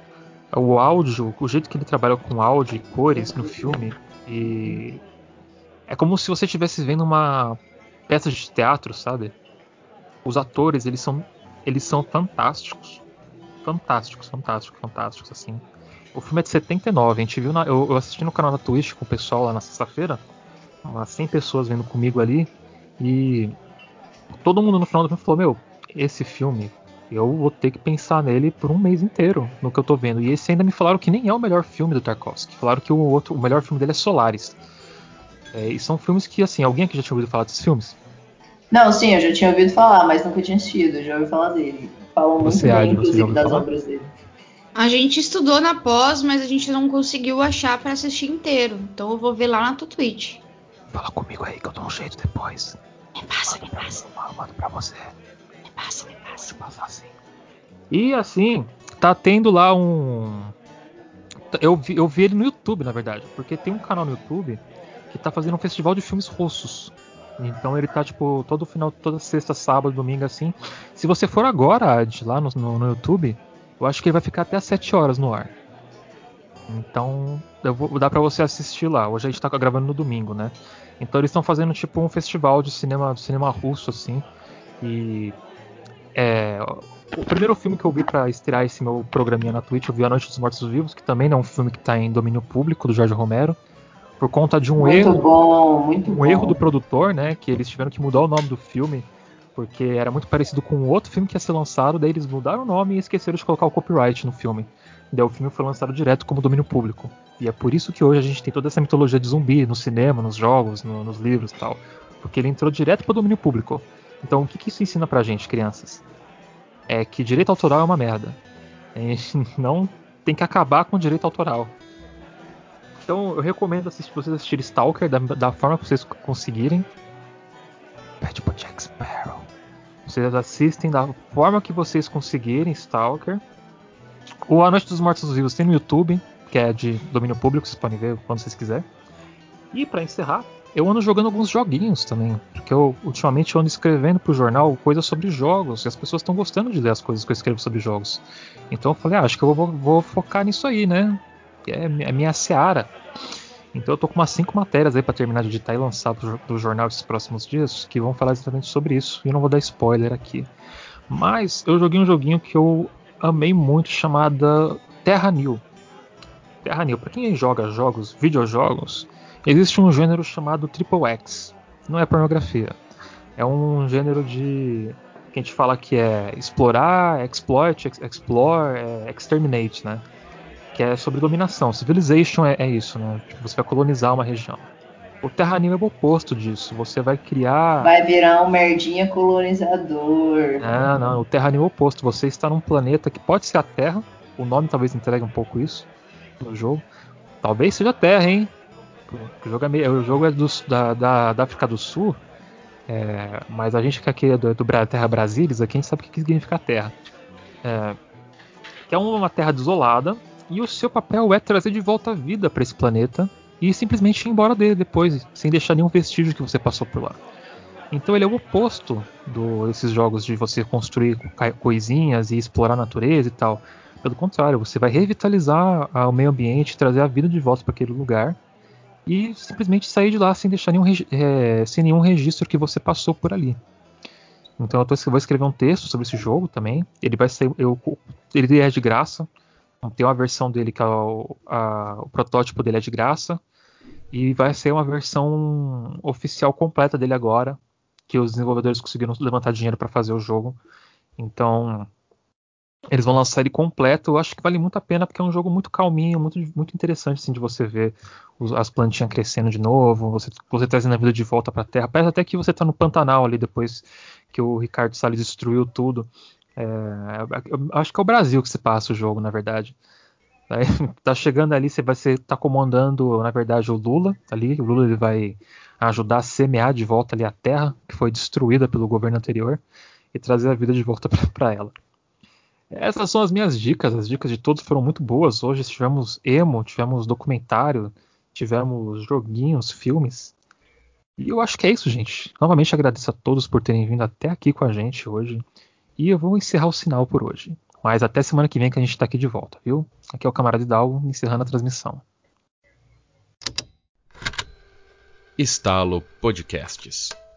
O áudio, o jeito que ele trabalha com áudio e cores no filme, e é como se você estivesse vendo uma peça de teatro, sabe? Os atores, eles são, eles são fantásticos. Fantásticos, fantásticos, fantásticos, assim. O filme é de setenta e nove, a gente viu na, eu, eu assisti no canal da Twitch com o pessoal lá na sexta-feira, umas cem pessoas vendo comigo ali. E todo mundo no final do filme falou, meu, esse filme, eu vou ter que pensar nele por um mês inteiro, no que eu tô vendo. E esse ainda me falaram que nem é o melhor filme do Tarkovsky. Falaram que o outro, o melhor filme dele é Solaris. É, e são filmes que, assim, alguém aqui já tinha ouvido falar desses filmes? Não, sim, eu já tinha ouvido falar, mas nunca tinha assistido, eu já ouvi falar dele. Falam muito Você, bem, Adi, você já inclusive, ouviu das falar? obras dele. A gente estudou na pós, mas a gente não conseguiu achar pra assistir inteiro. Então eu vou ver lá na tua Twitch. Fala comigo aí que eu dou um jeito depois. Me passa, me passa. Eu mando pra você. Me passa, me passa. Passar assim. E assim, tá tendo lá um... Eu vi, eu vi ele no YouTube, na verdade. Porque tem um canal no YouTube que tá fazendo um festival de filmes russos. Então ele tá, tipo, todo final, toda sexta, sábado, domingo, assim. Se você for agora, Ad, lá no, no, no YouTube, eu acho que ele vai ficar até às sete horas no ar. Então, eu vou dar pra você assistir lá. Hoje a gente tá gravando no domingo, né? Então eles estão fazendo, tipo, um festival de cinema, de cinema russo, assim. E... É... O primeiro filme que eu vi pra estrear esse meu programinha na Twitch, eu vi A Noite dos Mortos Vivos, que também não é um filme que tá em domínio público, do Jorge Romero. Por conta de um muito erro... Muito bom, muito um bom. erro do produtor, né, que eles tiveram que mudar o nome do filme, porque era muito parecido com outro filme que ia ser lançado, daí eles mudaram o nome e esqueceram de colocar o copyright no filme. Daí o filme foi lançado direto como domínio público. E é por isso que hoje a gente tem toda essa mitologia de zumbi no cinema, nos jogos, no, nos livros e tal. Porque ele entrou direto pro domínio público. Então o que, que isso ensina pra gente, crianças? É que direito autoral é uma merda. A gente não tem que acabar com o direito autoral. Então eu recomendo assistir, vocês assistirem Stalker da, da forma que vocês conseguirem. Pede pro Jack Sparrow. Vocês assistem da forma que vocês conseguirem Stalker. O A Noite dos Mortos Vivos tem no YouTube, que é de domínio público, vocês podem ver quando vocês quiserem. E pra encerrar, eu ando jogando alguns joguinhos também, porque eu ultimamente eu ando escrevendo pro jornal coisas sobre jogos, e as pessoas estão gostando de ler as coisas que eu escrevo sobre jogos. Então eu falei, ah, acho que eu vou, vou focar nisso aí, né? É a minha seara. Então eu tô com umas cinco matérias aí pra terminar de editar e lançar pro, pro jornal esses próximos dias, que vão falar exatamente sobre isso, e eu não vou dar spoiler aqui. Mas eu joguei um joguinho que eu amei muito, chamada Terra New. Terra New, pra quem joga jogos, videojogos, existe um gênero chamado Triple X. Não é pornografia. É um gênero de... que a gente fala que é explorar, exploit, ex- explore, é exterminate, né? Que é sobre dominação. Civilization é, é isso, né? Tipo, você vai colonizar uma região. O Terranil é o oposto disso. Você vai criar... Vai virar um merdinha colonizador. Não, não. O Terranil é o oposto. Você está num planeta que pode ser a Terra. O nome talvez entregue um pouco isso no jogo. Talvez seja a Terra, hein? O jogo é, meio... o jogo é do... da... Da... da África do Sul. É... Mas a gente que aqui é do, do Terra Brasilis, aqui a gente sabe o que significa Terra. É... Que é uma Terra desolada. E o seu papel é trazer de volta a vida para esse planeta. E simplesmente ir embora dele depois, sem deixar nenhum vestígio que você passou por lá. Então ele é o oposto do, desses jogos de você construir coisinhas e explorar a natureza e tal. Pelo contrário, você vai revitalizar o meio ambiente, trazer a vida de volta para aquele lugar e simplesmente sair de lá sem deixar nenhum, é, sem nenhum registro que você passou por ali. Então eu, tô, eu vou escrever um texto sobre esse jogo também. Ele vai ser, eu, ele é de graça. Tem uma versão dele que é o, a, o protótipo dele é de graça. E vai ser uma versão oficial completa dele agora, que os desenvolvedores conseguiram levantar dinheiro para fazer o jogo. Então, eles vão lançar ele completo. Eu acho que vale muito a pena, porque é um jogo muito calminho, muito, muito interessante assim, de você ver os, as plantinhas crescendo de novo, você, você trazendo a vida de volta para a Terra. Parece até que você está no Pantanal ali, depois que o Ricardo Salles destruiu tudo. É, eu acho que é o Brasil que se passa o jogo, na verdade. Tá chegando ali, você vai ser, tá comandando, na verdade, o Lula ali. O Lula ele vai ajudar a semear de volta ali a terra que foi destruída pelo governo anterior e trazer a vida de volta para ela. Essas são as minhas dicas. As dicas de todos foram muito boas. Hoje tivemos emo, tivemos documentário, tivemos joguinhos, filmes. E eu acho que é isso, gente. Novamente agradeço a todos por terem vindo até aqui com a gente hoje. E eu vou encerrar o sinal por hoje. Mas até semana que vem que a gente tá aqui de volta, viu? Aqui é o Camarada Hidalgo, encerrando a transmissão. Estalo Podcasts.